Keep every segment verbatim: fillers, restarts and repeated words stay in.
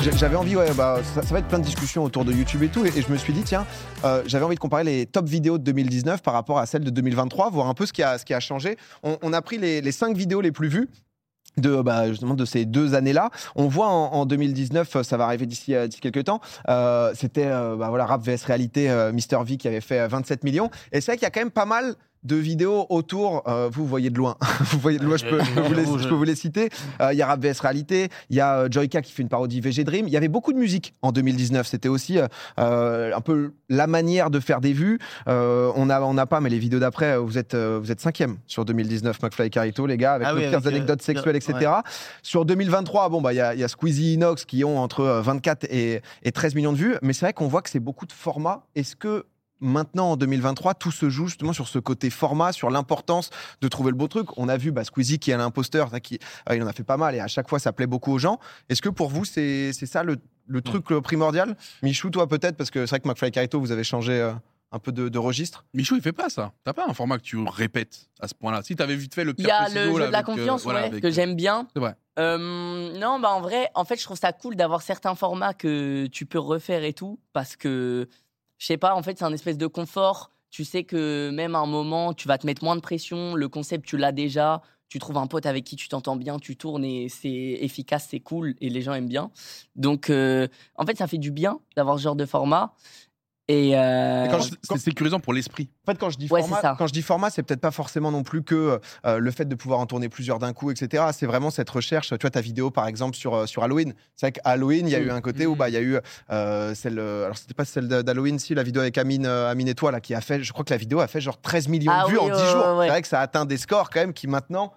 J'avais envie, ouais, bah, ça, ça va être plein de discussions autour de YouTube et tout, et, et je me suis dit, tiens, euh, j'avais envie de comparer les top vidéos de deux mille dix-neuf par rapport à celles de deux mille vingt-trois, voir un peu ce qui a, ce qui a changé. On, on a pris les, les cinq vidéos les plus vues de, bah, justement de ces deux années-là. On voit en, en deux mille dix-neuf, ça va arriver d'ici, euh, d'ici quelques temps, euh, c'était euh, bah, voilà, Rap V S Réalité, euh, Mister V qui avait fait vingt-sept millions, et c'est vrai qu'il y a quand même pas mal de vidéos autour, euh, vous voyez de loin, vous voyez de loin, je peux, je peux, vous, les, je peux vous les citer. Il euh, y a Rap V S Réalité, il y a euh, Joyka qui fait une parodie V G Dream. Il y avait beaucoup de musique en deux mille dix-neuf. C'était aussi euh, un peu la manière de faire des vues. Euh, on n'a on a pas, mais les vidéos d'après, vous êtes, euh, vous êtes cinquième sur deux mille dix-neuf, McFly et Carito, les gars, avec ah nos oui, pires avec, anecdotes euh, sexuelles, et cetera. Ouais. Sur deux mille vingt-trois, bon, bah, il y a, y a Squeezie, Inox qui ont entre vingt-quatre et, et treize millions de vues. Mais c'est vrai qu'on voit que c'est beaucoup de formats. Est-ce que maintenant, en deux mille vingt-trois, tout se joue justement sur ce côté format, sur l'importance de trouver le beau truc. On a vu bah, Squeezie qui est l'imposteur, qui, euh, il en a fait pas mal et à chaque fois, ça plaît beaucoup aux gens. Est-ce que pour vous, c'est, c'est ça le, le truc le primordial ? Michou, toi peut-être, parce que c'est vrai que McFly et Carito, vous avez changé euh, un peu de, de registre. Michou, il fait pas ça. T'as pas un format que tu répètes à ce point-là. Si t'avais vite fait le Il Pierre y a Preciso, le jeu là, de la avec, confiance, euh, voilà, ouais, avec, que j'aime bien. C'est vrai. Euh, non, bah en vrai, en fait, je trouve ça cool d'avoir certains formats que tu peux refaire et tout, parce que, je sais pas, en fait, c'est un espèce de confort. Tu sais que même à un moment, tu vas te mettre moins de pression. Le concept, tu l'as déjà. Tu trouves un pote avec qui tu t'entends bien, tu tournes et c'est efficace, c'est cool et les gens aiment bien. Donc, euh, en fait, ça fait du bien d'avoir ce genre de format. Et, euh... et quand je, c'est sécurisant pour l'esprit. En fait, quand je dis ouais, format, quand je dis format, c'est peut-être pas forcément non plus que euh, le fait de pouvoir en tourner plusieurs d'un coup, et cetera. C'est vraiment cette recherche. Tu vois, ta vidéo, par exemple, sur, sur Halloween. C'est vrai qu'Halloween, il y a mmh. eu un côté mmh. où bah, il y a eu euh, celle. Alors, c'était pas celle d'Halloween, si, la vidéo avec Amine, euh, Amine et toi, là, qui a fait. Je crois que la vidéo a fait genre treize millions ah, de vues oui, en dix euh, jours. Ouais. C'est vrai que ça a atteint des scores quand même qui maintenant.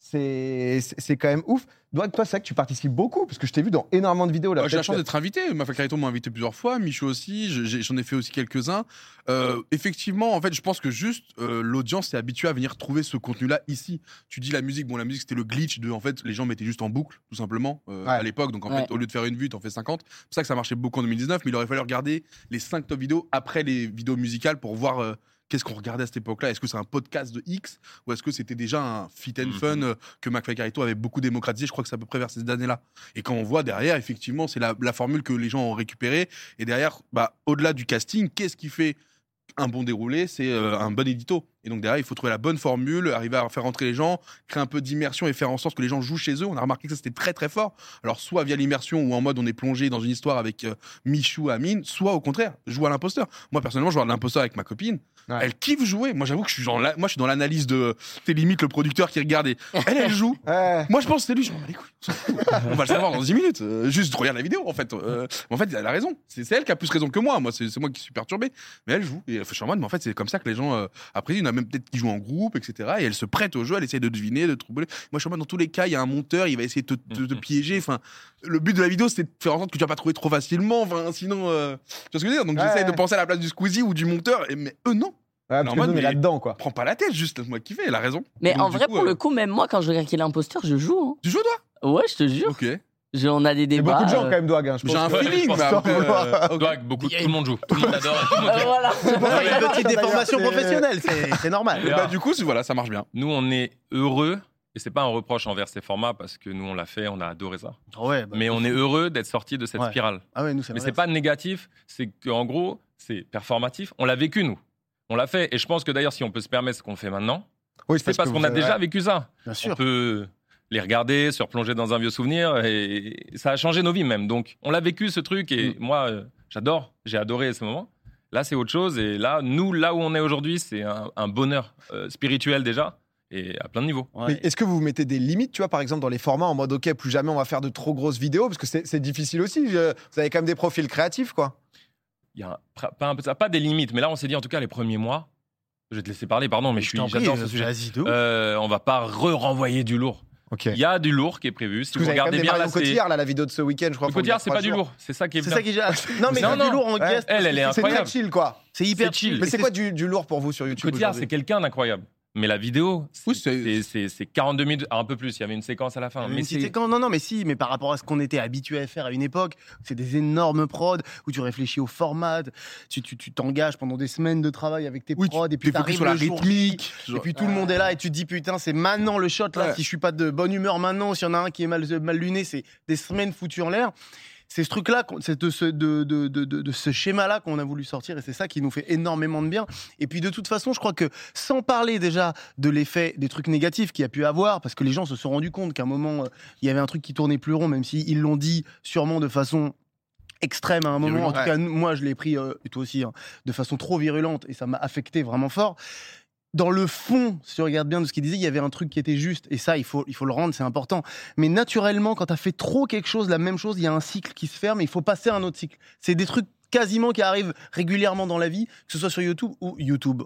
C'est, c'est quand même ouf. Doig, toi, c'est vrai que tu participes beaucoup, parce que je t'ai vu dans énormément de vidéos. Là, ouais, j'ai la chance d'être invité. McFly et Carito m'ont invité plusieurs fois, Michou aussi, j'ai, j'en ai fait aussi quelques-uns. Euh, effectivement, en fait, je pense que juste euh, l'audience est habituée à venir trouver ce contenu-là ici. Tu dis la musique, bon, la musique c'était le glitch de, en fait, les gens mettaient juste en boucle, tout simplement, euh, ouais. à l'époque. Donc en ouais. fait, au lieu de faire une vue, t'en fais cinquante. C'est pour ça que ça marchait beaucoup en deux mille dix-neuf, mais il aurait fallu regarder les cinq top vidéos après les vidéos musicales pour voir. Euh, Qu'est-ce qu'on regardait à cette époque-là ? Est-ce que c'est un podcast de X ou est-ce que c'était déjà un fit and fun mm-hmm. que McFly et Carito avait beaucoup démocratisé ? Je crois que c'est à peu près vers ces années-là. Et quand on voit derrière, effectivement, c'est la, la formule que les gens ont récupérée. Et derrière, bah, au-delà du casting, qu'est-ce qui fait un bon déroulé ? C'est euh, un bon édito. Et donc derrière, il faut trouver la bonne formule, arriver à faire rentrer les gens, créer un peu d'immersion et faire en sorte que les gens jouent chez eux. On a remarqué que ça, c'était très très fort. Alors soit via l'immersion ou en mode on est plongé dans une histoire avec euh, Michou, Amine, soit au contraire, jouer à l'imposteur. Moi personnellement, je joue à l'imposteur avec ma copine. Ouais. Elle kiffe jouer. Moi j'avoue que je suis genre là, moi je suis dans l'analyse de c'est limite le producteur qui regarde et elle elle joue. Ouais. Moi je pense que c'est lui, je m'en bats les couilles. On va le savoir dans dix minutes. Euh, juste regarde la vidéo en fait. Euh, en fait, elle a raison. C'est, c'est elle qui a plus raison que moi. Moi c'est, c'est moi qui suis perturbé. Mais elle joue et je suis en mode mais en fait c'est comme ça que les gens euh, apprécient. Il y en a même peut-être qui jouent en groupe, et cetera. Et elle se prête au jeu, elle essaie de deviner, de troubler. Moi, je suis en mode, dans tous les cas, il y a un monteur, il va essayer de te, te, te piéger. Enfin, le but de la vidéo, c'est de faire en sorte que tu vas pas trouver trop facilement. Enfin, sinon, euh... tu vois ce que je veux dire ? Donc, ouais, j'essaie ouais. de penser à la place du Squeezie ou du monteur, et, mais eux, non. Ouais, parce que nous, on est là-dedans, quoi. Prends pas la tête, juste laisse-moi kiffer, elle a raison. Mais donc, en vrai, coup, pour euh... le coup, même moi, quand je regarde qui est l'imposteur, je joue. Hein. Tu joues, toi ? Ouais, je te jure. Ok. Je, on a des débats. Il y a beaucoup de gens euh... quand même, Doig. Hein, J'ai un feeling, mais après. Euh, okay. Doig, beaucoup, tout le monde joue. Tout le monde adore. Tout le monde euh, voilà. C'est pour ça qu'il y a une petite déformation professionnelle, c'est, c'est normal. Bah, du coup, voilà, ça marche bien. Nous, on est heureux, et c'est pas un reproche envers ces formats, parce que nous, on l'a fait, on a adoré ça. Ouais, bah, mais on est heureux d'être sorti de cette ouais. spirale. Ah ouais, nous, c'est mais vrai. c'est pas négatif, c'est qu'en gros, c'est performatif. On l'a vécu, nous. On l'a fait. Et je pense que d'ailleurs, si on peut se permettre ce qu'on fait maintenant, oui, c'est, c'est parce, parce qu'on a déjà vécu ça. Bien sûr. On peut les regarder, se replonger dans un vieux souvenir, et ça a changé nos vies même. Donc, on l'a vécu, ce truc, et mmh. moi, euh, j'adore, j'ai adoré ce moment. Là, c'est autre chose, et là, nous, là où on est aujourd'hui, c'est un, un bonheur euh, spirituel déjà, et à plein de niveaux. Ouais. Est-ce que vous vous mettez des limites, tu vois, par exemple, dans les formats, en mode, OK, plus jamais on va faire de trop grosses vidéos, parce que c'est, c'est difficile aussi, vous avez quand même des profils créatifs, quoi. Il y a un, pas, un peu ça, pas des limites, mais là, on s'est dit, en tout cas, les premiers mois, je vais te laisser parler, pardon, mais je, je suis, j'adore ce sujet. Euh, on va pas re-renvoyer du lourd. Okay. Il y a du lourd qui est prévu. Si vous, vous regardez bien, là, c'est Cotillard, là, la vidéo de ce week-end, je crois. Le Cotillard, c'est pas jours. du lourd. C'est ça qui est. C'est bien. ça qui est. Non, mais il y a du lourd en guest. Elle, elle est incroyable. C'est très chill, quoi. C'est hyper chill. Mais c'est quoi du, du lourd pour vous sur YouTube ? Cotillard, c'est quelqu'un d'incroyable. Mais la vidéo, c'est, oui, c'est... C'est, c'est, c'est quarante-deux minutes, un peu plus. Il y avait une séquence à la fin. Une mais c'est... c'est... séquence, non, non, mais si, mais par rapport à ce qu'on était habitué à faire à une époque, c'est des énormes prods où tu réfléchis au format, tu, tu, tu t'engages pendant des semaines de travail avec tes oui, prods, et puis t'arrives sur la jour, rythmique, et puis tout le monde est là, et tu te dis putain, c'est maintenant le shot là. Ouais. Si je suis pas de bonne humeur maintenant, s'il y en a un qui est mal, mal luné, c'est des semaines foutues en l'air. c'est ce truc-là, qu'on- c'est de ce, de, de, de, de, de ce schéma-là qu'on a voulu sortir et c'est ça qui nous fait énormément de bien. Et puis de toute façon, je crois que sans parler déjà de l'effet des trucs négatifs qu'il y a pu avoir, parce que les gens se sont rendus compte qu'à un moment, euh, il y avait un truc qui tournait plus rond, même s'ils l'ont dit sûrement de façon extrême à un moment. Virulent. En tout Ouais. cas, nous- moi, je l'ai pris, euh, et toi aussi, hein, de façon trop virulente et ça m'a affecté vraiment fort. Dans le fond, si tu regardes bien de ce qu'il disait, il y avait un truc qui était juste. Et ça, il faut, il faut le rendre, c'est important. Mais naturellement, quand tu as fait trop quelque chose, la même chose, il y a un cycle qui se ferme et il faut passer à un autre cycle. C'est des trucs quasiment qui arrivent régulièrement dans la vie, que ce soit sur YouTube ou YouTube.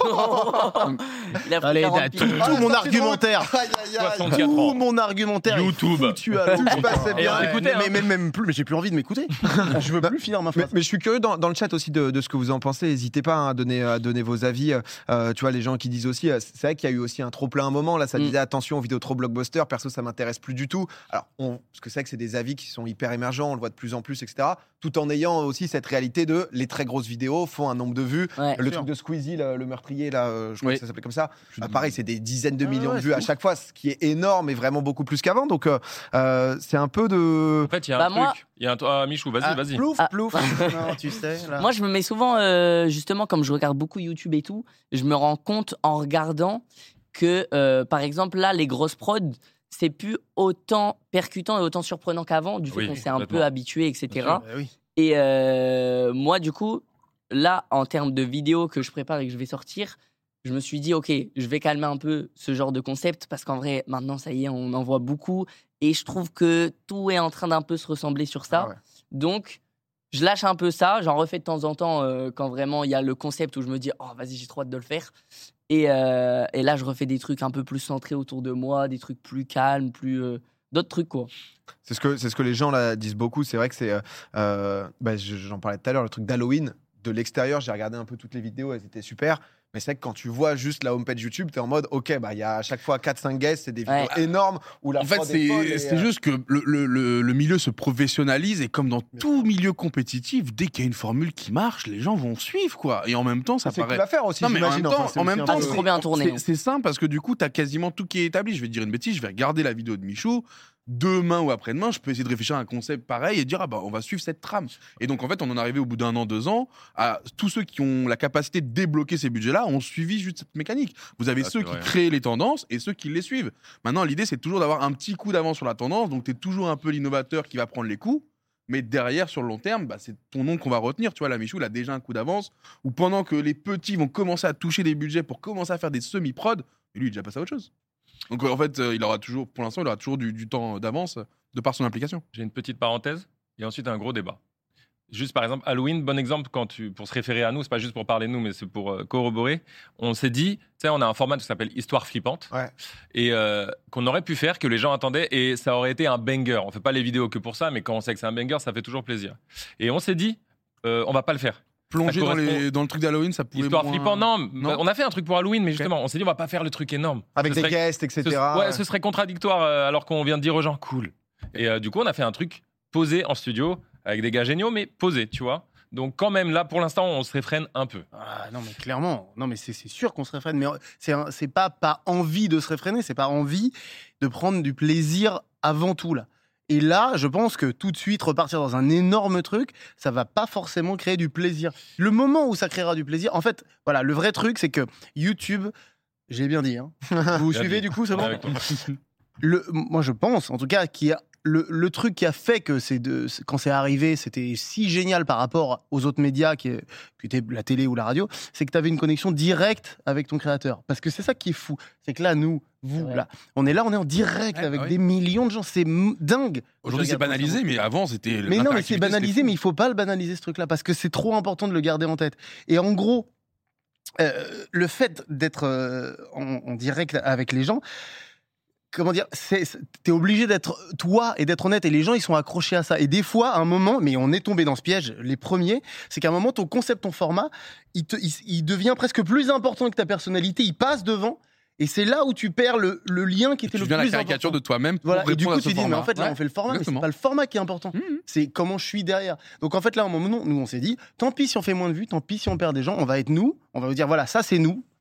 Il a pris Allez, quarante t'as tout, piges. tout Ah, mon ça, c'est argumentaire. Aïe, aïe, aïe. soixante-quatre Tout ans. mon argumentaire est YouTube. foutu à l'eau. Tout se passait Et bien. on écoutait, mais, hein. mais, même plus, mais j'ai plus envie de m'écouter. Je veux plus finir ma Mais, phrase. mais je suis curieux dans, dans le chat aussi de, de ce que vous en pensez. N'hésitez pas hein, à, donner, à donner vos avis. Euh, tu vois, les gens qui disent aussi, euh, c'est vrai qu'il y a eu aussi un trop plein un moment. Là, ça Mm. disait attention aux vidéos trop blockbuster. Perso, ça m'intéresse plus du tout. Alors, on, parce que c'est vrai que c'est des avis qui sont hyper émergents, on le voit de plus en plus, et cetera. Tout en ayant aussi cette réalité de les très grosses vidéos font un nombre de vues. Ouais. Le sûr. truc de Squeezie, le, le meurtrier, là, euh, je crois Oui. que ça s'appelait comme ça. Je- Ah, pareil, c'est des dizaines de Ah millions ouais, de vues c'est à ouf. chaque fois, ce qui est énorme et vraiment beaucoup plus qu'avant. Donc, euh, euh, c'est un peu de. En fait, il y a Bah, un moi- truc. Il y a un ah, Michou, vas-y, Ah, vas-y. Plouf, Ah. plouf. Non, tu sais, là. Moi, je me mets souvent, euh, justement, comme je regarde beaucoup YouTube et tout, je me rends compte en regardant que, euh, par exemple, là, les grosses prods, c'est plus autant percutant et autant surprenant qu'avant, du fait Oui, qu'on s'est un peu complètement. habitué, et cetera. Bah oui. Et euh, moi, du coup, là, en termes de vidéos que je prépare et que je vais sortir, je me suis dit, OK, je vais calmer un peu ce genre de concept parce qu'en vrai, maintenant, ça y est, on en voit beaucoup. Et je trouve que tout est en train d'un peu se ressembler sur ça. Ah ouais. Donc, je lâche un peu ça. J'en refais de temps en temps euh, quand vraiment il y a le concept où je me dis, oh, vas-y, j'ai trop hâte de le faire. Et, euh, et là, je refais des trucs un peu plus centrés autour de moi, des trucs plus calmes, plus. euh, d'autres trucs, quoi. C'est ce que c'est ce que les gens là disent beaucoup. C'est vrai que c'est, euh, euh, bah, je- j'en parlais tout à l'heure, le truc d'Halloween. De l'extérieur, j'ai regardé un peu toutes les vidéos, elles étaient super. Mais c'est vrai que quand tu vois juste la homepage YouTube, t'es en mode, ok, bah il y a à chaque fois quatre cinq guests, c'est des vidéos Ouais. énormes où la En fait, prod est folle et, c'est c'est euh, juste que le, le- le- le milieu se professionnalise et comme dans tout milieu compétitif, dès qu'il y a une formule qui marche, les gens vont suivre quoi. Et en même temps, ça c'est paraît. cool à faire aussi. Non, mais en j'imagine. même temps, Enfin, c'est en aussi même un temps, peu- c'est trop bien tourné, c'est- hein. C'est simple parce que du coup, tu as quasiment tout qui est établi. Je vais te dire une bêtise, je vais regarder la vidéo de Michou. Demain ou après-demain, je peux essayer de réfléchir à un concept pareil et dire ah bah on va suivre cette trame. Et donc en fait, on en est arrivé au bout d'un an, deux ans à tous ceux qui ont la capacité de débloquer ces budgets-là ont suivi juste cette mécanique. Vous avez Ah, ceux c'est qui vrai. créent les tendances et ceux qui les suivent. Maintenant, l'idée c'est toujours d'avoir un petit coup d'avance sur la tendance. Donc tu es toujours un peu l'innovateur qui va prendre les coups. Mais derrière, sur le long terme, bah, c'est ton nom qu'on va retenir. Tu vois, la Michou, il a déjà un coup d'avance. Ou pendant que les petits vont commencer à toucher des budgets pour commencer à faire des semi-prod, et lui, il est déjà passé à autre chose. Donc, euh, en fait, euh, il aura toujours, pour l'instant, il aura toujours du, du temps d'avance de par son implication. J'ai une petite parenthèse et ensuite un gros débat. Juste par exemple, Halloween, bon exemple quand tu, pour se référer à nous, c'est pas juste pour parler de nous, mais c'est pour euh, corroborer. On s'est dit, tu sais, on a un format qui s'appelle Histoire flippante Ouais. et euh, qu'on aurait pu faire, que les gens attendaient et ça aurait été un banger. On fait pas les vidéos que pour ça, mais quand on sait que c'est un banger, ça fait toujours plaisir. Et on s'est dit, euh, on va pas le faire. Plonger Ça dans, les- correspond- dans le truc d'Halloween, ça pouvait Histoire moins- flippante, non, Non. on a fait un truc pour Halloween, mais justement, on s'est dit, on va pas faire le truc énorme. Avec Ce des serait- guests, et ce, cetera. ouais, ce serait contradictoire euh, alors qu'on vient de dire aux gens cool. Et euh, du coup, on a fait un truc posé en studio avec des gars géniaux, mais posé, tu vois. Donc quand même, là, pour l'instant, on se réfrène un peu. Ah, non, mais clairement. Non, mais c'est c'est sûr qu'on se réfrène. Mais c'est un- c'est pas par envie de se réfréner, c'est par envie de prendre du plaisir avant tout, là. Et là, je pense que tout de suite repartir dans un énorme truc, ça va pas forcément créer du plaisir. Le moment où ça créera du plaisir, en fait, voilà, le vrai truc, c'est que YouTube, j'ai bien dit, hein. Vous vous Bien suivez dit. du coup, c'est On est bon avec toi. le, moi, je pense, en tout cas, qu'il y a le, le truc qui a fait que c'est de, c'est- quand c'est arrivé, c'était si génial par rapport aux autres médias qui, qui étaient la télé ou la radio, c'est que tu avais une connexion directe avec ton créateur. Parce que c'est ça qui est fou. C'est que là, nous, vous, vrai. là, on est là, on est en direct Ouais, avec ouais. des millions de gens. C'est m- dingue. Aujourd'hui, c'est Je regarde banalisé, pas ça. mais avant, c'était. Mais non, mais c'est l'interactivité, banalisé, c'était mais il faut pas le banaliser ce truc-là parce que c'est trop important de le garder en tête. Et en gros, euh, le fait d'être euh, en, en direct avec les gens, comment dire, c'est, c'est- t'es obligé d'être toi et d'être honnête. Et les gens, ils sont accrochés à ça. Et des fois, à un moment, mais on est tombé dans ce piège, les premiers, c'est qu'à un moment, ton concept, ton format, il, te- il- il devient presque plus important que ta personnalité. Il passe devant. Et c'est là où tu perds le, le lien qui était Tu le deviens la plus caricature important. de toi-même pour Voilà, et du répondre coup, à ce tu dis, mais format. en fait, là, Ouais. on fait le format, mais c'est exactement. pas le format qui est important. Mhm. C'est comment je suis derrière. Donc, en fait, là, à un moment, nous, nous, on s'est dit, tant pis si on fait moins de vues, tant pis si on perd des gens, on va être nous, on va vous dire, voilà, ça, c'est nous.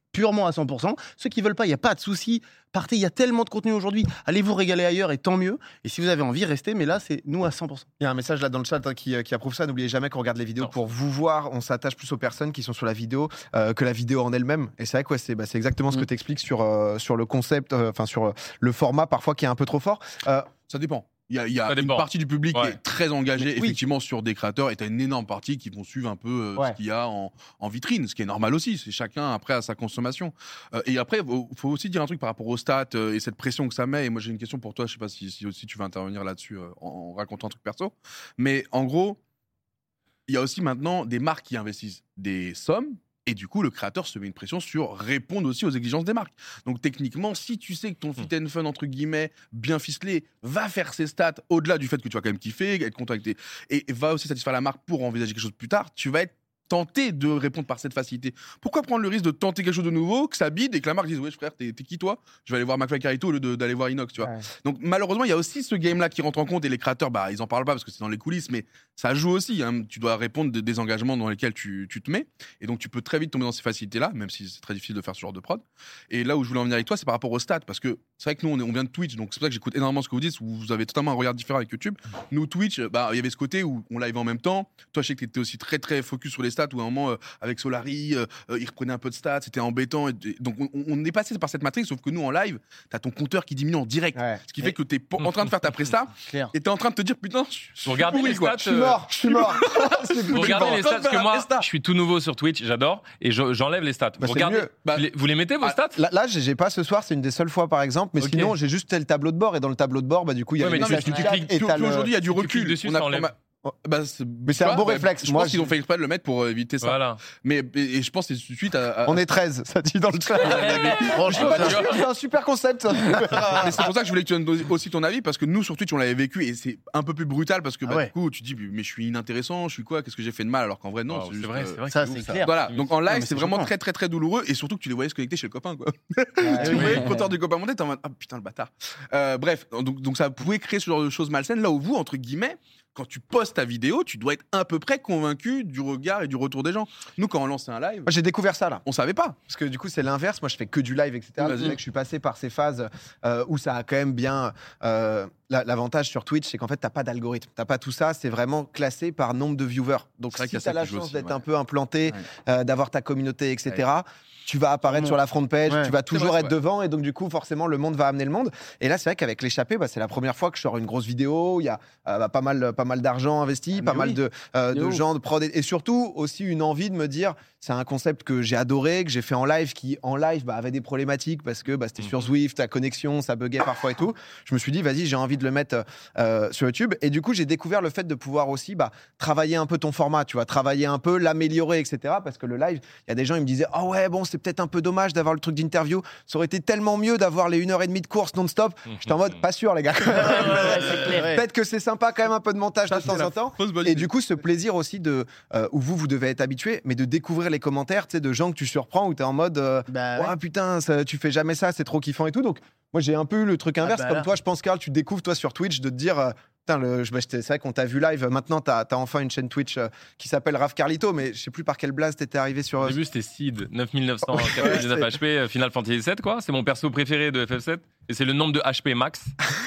purement à cent pour cent. Ceux qui veulent pas, il n'y a pas de souci. Partez, il y a tellement de contenu aujourd'hui. Allez vous régaler ailleurs et tant mieux. Et si vous avez envie, restez. Mais là, c'est nous à cent pour cent. Il y a un message là dans le chat hein, qui, qui approuve ça. N'oubliez jamais qu'on regarde les vidéos Non. pour vous voir. On s'attache plus aux personnes qui sont sur la vidéo euh, que la vidéo en elle-même. Et c'est vrai que ouais, c'est bah, c'est exactement ce que Mm. tu expliques sur, euh, sur le concept, enfin sur euh, le format parfois qui est un peu trop fort. Euh, Ça dépend. Il y a, il y a Ça une dépend. partie du public qui Ouais. est très engagée Oui. effectivement sur des créateurs et t'as une énorme partie qui vont suivre un peu euh, Ouais. ce qu'il y a en, en vitrine, ce qui est normal aussi. C'est chacun après à sa consommation. Euh, et après, il faut aussi dire un truc par rapport aux stats euh, et cette pression que ça met. Et moi, j'ai une question pour toi. Je sais pas si, si aussi tu vas intervenir là-dessus euh, en, en racontant un truc perso. Mais en gros, il y a aussi maintenant des marques qui investissent des sommes. Et du coup, le créateur se met une pression sur répondre aussi aux exigences des marques. Donc techniquement, si tu sais que ton fit and fun, entre guillemets, bien ficelé, va faire ses stats au-delà du fait que tu vas quand même kiffer, être contacté, et va aussi satisfaire la marque pour envisager quelque chose plus tard, tu vas être tenté de répondre par cette facilité. Pourquoi prendre le risque de tenter quelque chose de nouveau, que ça bide et que la marque dise ouais frère, t'es, t'es qui toi? Je vais aller voir McFly Carito au lieu de- d'aller voir Inox, tu vois. Ouais. Donc malheureusement, il y a aussi ce game-là qui rentre en compte et les créateurs, bah ils en parlent pas parce que c'est dans les coulisses, mais ça joue aussi. Hein. Tu dois répondre de- des engagements dans lesquels tu, tu te mets, et donc tu peux très vite tomber dans ces facilités-là, même si c'est très difficile de faire ce genre de prod. Et là où je voulais en venir avec toi, c'est par rapport aux stats, parce que c'est vrai que nous on, est, on vient de Twitch, donc c'est pour ça que j'écoute énormément ce que vous dites, où vous avez totalement un regard différent avec YouTube. Nous Twitch, bah il y avait ce côté où on live en même temps. Toi, je sais que t'étais aussi très très focus sur les stats, où à un moment euh, avec Solari, euh, euh, il reprenait un peu de stats, c'était embêtant. Et, et donc on, on est passé par cette matrice, sauf que nous en live, t'as ton compteur qui diminue en direct, Ouais. ce qui fait que t'es pas- en train de faire ta presta Clair. et t'es en train de te dire putain, je suis Vous regardez pourri, les quoi. stats, je suis mort, je suis mort. C'est Vous plus regardez fort. les stats parce que Faire moi, la stat. je suis tout nouveau sur Twitch, j'adore, et je- j'enlève les stats. Bah, vous c'est regardez, mieux. Bah, vous, les, vous les mettez vos ah, stats Là, là j'ai j'ai pas ce soir, c'est une des seules fois par exemple, mais Ok. sinon j'ai juste le tableau de bord et dans le tableau de bord, bah du coup il y a Ouais, les mais messages tu- qui tu claquent cliques et Puis- t'as puis le- aujourd'hui, il y a du si tu recul. cliques dessus, On ça a- enlève. on a- Bah, c'est Mais c'est un tu bon vois, réflexe. Je Moi, pense qu'ils je- ont fait exprès de le mettre pour euh, éviter ça. Voilà. Mais et, et je pense que c'est suite à. à- On est treize, ça dit dans le chat. Franchement, C'est un super concept. Mais c'est pour ça que je voulais que tu donnes aussi ton avis parce que nous sur Twitch on l'avait vécu et c'est un peu plus brutal parce que bah, Ah ouais. du coup tu dis mais je suis inintéressant, je suis quoi, qu'est-ce que j'ai fait de mal alors qu'en vrai non. Wow, c'est c'est juste, vrai, euh, c'est vrai. ça, que c'est ouf, clair. Voilà, donc en Non, live mais c'est c'est vraiment choquant. très très très douloureux et surtout que tu les voyais se connecter chez le copain quoi. Ouais, Tu oui. voyais le compteur du copain monter, t'es en mode ah putain le bâtard. Euh, bref, donc, donc ça pouvait créer ce genre de choses malsaines là où vous entre guillemets quand tu postes ta vidéo, tu dois être à peu près convaincu du regard et du retour des gens. Nous, quand on lance un live, Moi, j'ai découvert ça là. on savait pas. Parce que du coup, c'est l'inverse. Moi, je fais que du live, et cetera. Vas-y. C'est vrai que je suis passé par ces phases euh, où ça a quand même bien. euh, la- L'avantage sur Twitch, c'est qu'en fait, t'as pas d'algorithme. T'as pas tout ça. C'est vraiment classé par nombre de viewers. Donc, C'est vrai si qu'il y a t'as ça la qui joue chance aussi, d'être ouais. un peu implanté, Ouais. euh, d'avoir ta communauté, et cetera, tu vas apparaître sur la front page, Ouais. tu vas toujours vrai, être c'est devant. Et donc, du coup, forcément, le monde va amener le monde. Et là, c'est vrai qu'avec l'échappée, bah, c'est la première fois que je sors une grosse vidéo. Il y a euh, bah, pas mal, pas mal d'argent investi, Ah, pas mais mal oui. de, euh, De de ouf. gens de prod. Et et surtout, aussi une envie de me dire, c'est un concept que j'ai adoré, que j'ai fait en live, qui en live bah, avait des problématiques parce que bah, c'était sur Zwift, la connexion, ça buguait parfois et tout. Je me suis dit, vas-y, j'ai envie de le mettre euh, sur YouTube. Et du coup, j'ai découvert le fait de pouvoir aussi bah, travailler un peu ton format, tu vois, travailler un peu, l'améliorer, et cetera. Parce que le live, il y a des gens, ils me disaient, ah ouais, bon, c'est peut-être un peu dommage d'avoir le truc d'interview. Ça aurait été tellement mieux d'avoir les une heure et demie de course non-stop. J'étais en mode, pas sûr, les gars. Ouais, ouais, ouais, c'est clair. Ouais. Peut-être que c'est sympa quand même un peu de montage Ça, de temps c'est la en temps. fausse bonne Et idée. du coup, ce plaisir aussi de euh, où vous vous devez être habitué, mais de découvrir les commentaires, tu sais, de gens que tu surprends où t'es en mode, euh, Bah, ouais. oh putain, ça, tu fais jamais ça, c'est trop kiffant et tout. Donc moi j'ai un peu eu le truc inverse, bah comme là. toi, je pense Karl, tu découvres toi sur Twitch de te dire. euh, Putain, le, je- bah, j'étais- c'est vrai qu'on t'a vu live. Maintenant, t'as as enfin une chaîne Twitch euh, qui s'appelle Raf Carlito, mais je sais plus par quel blaze t'étais arrivé sur. Au euh, début, c'était Seed, neuf mille neuf cent quatre-vingt-dix-neuf Ouais, H P, euh, Final Fantasy sept, quoi. C'est mon perso préféré de F F sept. Et c'est le nombre de H P max.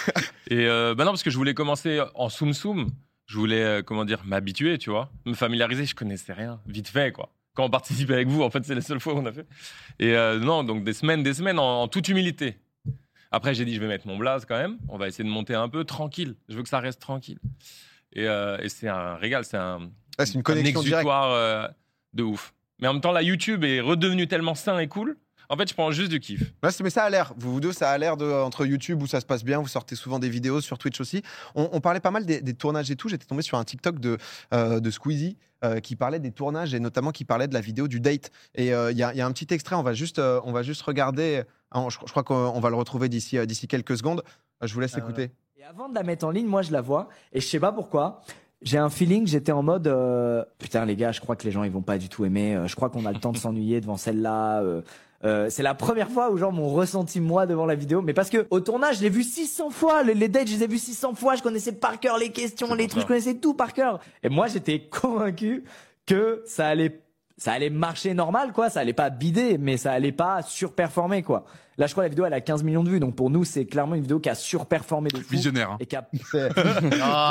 Et euh, bah non, parce que je voulais commencer en Soum Soum. Je voulais, euh, comment dire, m'habituer, tu vois. Me familiariser, je connaissais rien. Vite fait, quoi. Quand on participe avec vous, en fait, c'est la seule fois qu'on a fait. Et euh, non, donc des semaines, des semaines en, en toute humilité. Après, j'ai dit, je vais mettre mon blaze quand même. On va essayer de monter un peu tranquille. Je veux que ça reste tranquille. Et, euh, et c'est un régal, c'est un, ouais, c'est une un connexion directe. exutoire euh, de ouf. Mais en même temps, la YouTube est redevenu tellement sain et cool. En fait, je prends juste du kiff. Ouais, c'est- mais ça a l'air, vous, vous deux, ça a l'air de entre YouTube où ça se passe bien, vous sortez souvent des vidéos sur Twitch aussi. On, on parlait pas mal des, des tournages et tout. J'étais tombé sur un TikTok de, euh, de Squeezie euh, qui parlait des tournages et notamment qui parlait de la vidéo du date. Et il euh, y, a, y a un petit extrait, on va juste, euh, on va juste regarder. Ah, je, je crois qu'on va le retrouver d'ici euh, d'ici quelques secondes. Euh, Je vous laisse Ah, écouter. Et avant de la mettre en ligne, moi je la vois et je sais pas pourquoi. J'ai un feeling, j'étais en mode euh, putain les gars, je crois que les gens ils vont pas du tout aimer. euh, je crois qu'on a le temps de s'ennuyer devant celle-là. euh, euh, c'est la première fois où genre mon ressenti moi devant la vidéo, mais parce que au tournage je l'ai vu six cents fois, les, les dates je les ai vus six cents fois, je connaissais par cœur les questions, C'est les pour trucs, ça. je connaissais tout par cœur. Et moi j'étais convaincu que ça allait ça allait marcher normal, quoi. Ça allait pas bider, mais ça allait pas surperformer, quoi. Là, je crois que la vidéo, elle a quinze millions de vues. Donc, pour nous, c'est clairement une vidéo qui a surperformé de fou. Visionnaire. Hein. Et qui a... C'est- Je rigole,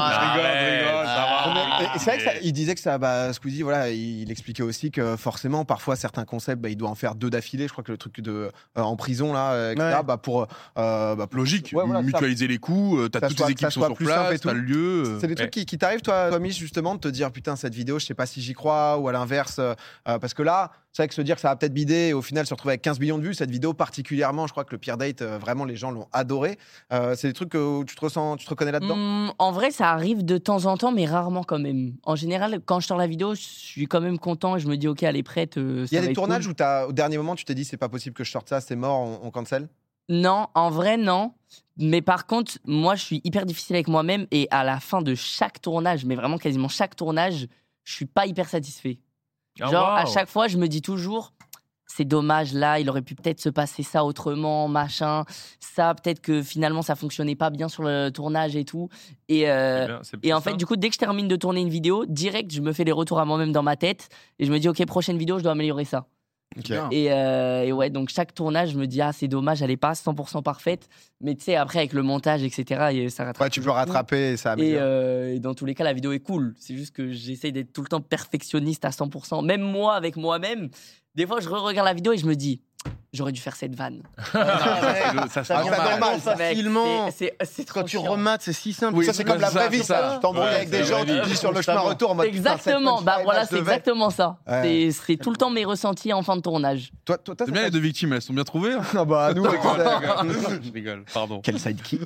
je rigole, ça va. Et c'est vrai que ça- il disait que ça, bah, Squeezie, voilà, il, il expliquait aussi que forcément, parfois, certains concepts, bah, il doit en faire deux d'affilée. Je crois que le truc de euh, en prison là, euh, et cetera. Ouais. Bah, pour euh, bah, pour- Logique, Ouais, voilà, ça- mutualiser les coûts, euh, t'as ça toutes soit- les que ça équipes qui sont soit sur plus simple et place, tout. t'as le lieu. euh. C'est des trucs qui, qui t'arrivent, toi, toi, Mich, justement, de te dire putain, cette vidéo, je sais pas si j'y crois, ou à l'inverse, euh, euh, parce que là, c'est vrai que se dire que ça va peut-être bider et au final se retrouver avec quinze millions de vues, cette vidéo particulièrement, je crois que le Pire Date, euh, vraiment, les gens l'ont adoré. Euh, c'est des trucs où tu te ressens, tu te reconnais là-dedans. Hum, en vrai, ça arrive de temps en temps, mais rarement quand même. En général, quand je sors la vidéo, je suis quand même content et je me dis, ok, elle est prête. euh, Il y ça a va des être tournages cool. où t'as, au dernier moment, tu t'es dit c'est pas possible que je sorte ça, c'est mort, on, on cancel. Non, en vrai, non. Mais par contre, moi, je suis hyper difficile avec moi-même et à la fin de chaque tournage, mais vraiment quasiment chaque tournage, je suis pas hyper satisfait. Ah, Genre, à waouh. chaque fois, je me dis toujours, c'est dommage, là, il aurait pu peut-être se passer ça autrement, machin. Ça, peut-être que finalement, ça fonctionnait pas bien sur le tournage et tout. Et, euh, C'est bien, c'est et en ça. fait, du coup, dès que je termine de tourner une vidéo, direct, je me fais les retours à moi-même dans ma tête et je me dis, ok, prochaine vidéo, je dois améliorer ça. Bien. Et, euh, et ouais, donc chaque tournage, je me dis, ah, c'est dommage, elle est pas cent pour cent parfaite. Mais tu sais, après, avec le montage, et cetera, et ça rattrape. Ouais, tu peux toujours tout. rattraper et ça Et, améliore. euh, et dans tous les cas, la vidéo est cool. C'est juste que j'essaye d'être tout le temps perfectionniste à cent pour cent. Même moi, avec moi-même, des fois, je re-regarde la vidéo et je me dis, j'aurais dû faire cette vanne. Ça, Ça Ah, vient ça tellement normal, Mec, facilement. c'est- c'est c'est trop Quand tu chiant. remates, c'est si simple. Oui, Ça, c'est comme la ça, vraie vie, c'est ça. ça. Tu t'embrouilles Ouais, avec c'est des la gens, vraie tu vie. dis sur le chemin Constamment. retour en mode. putain, cette Exactement, bah punchline, voilà, là, je c'est devais. exactement ça. Ouais. C'est- C'est tout le temps mes ressentis en fin de tournage. Toi, toi, toi, C'est ça bien t'a- les deux victimes, elles sont bien trouvées. hein. Ah bah, nous, avec ça. Je rigole, pardon. Quel sidekick.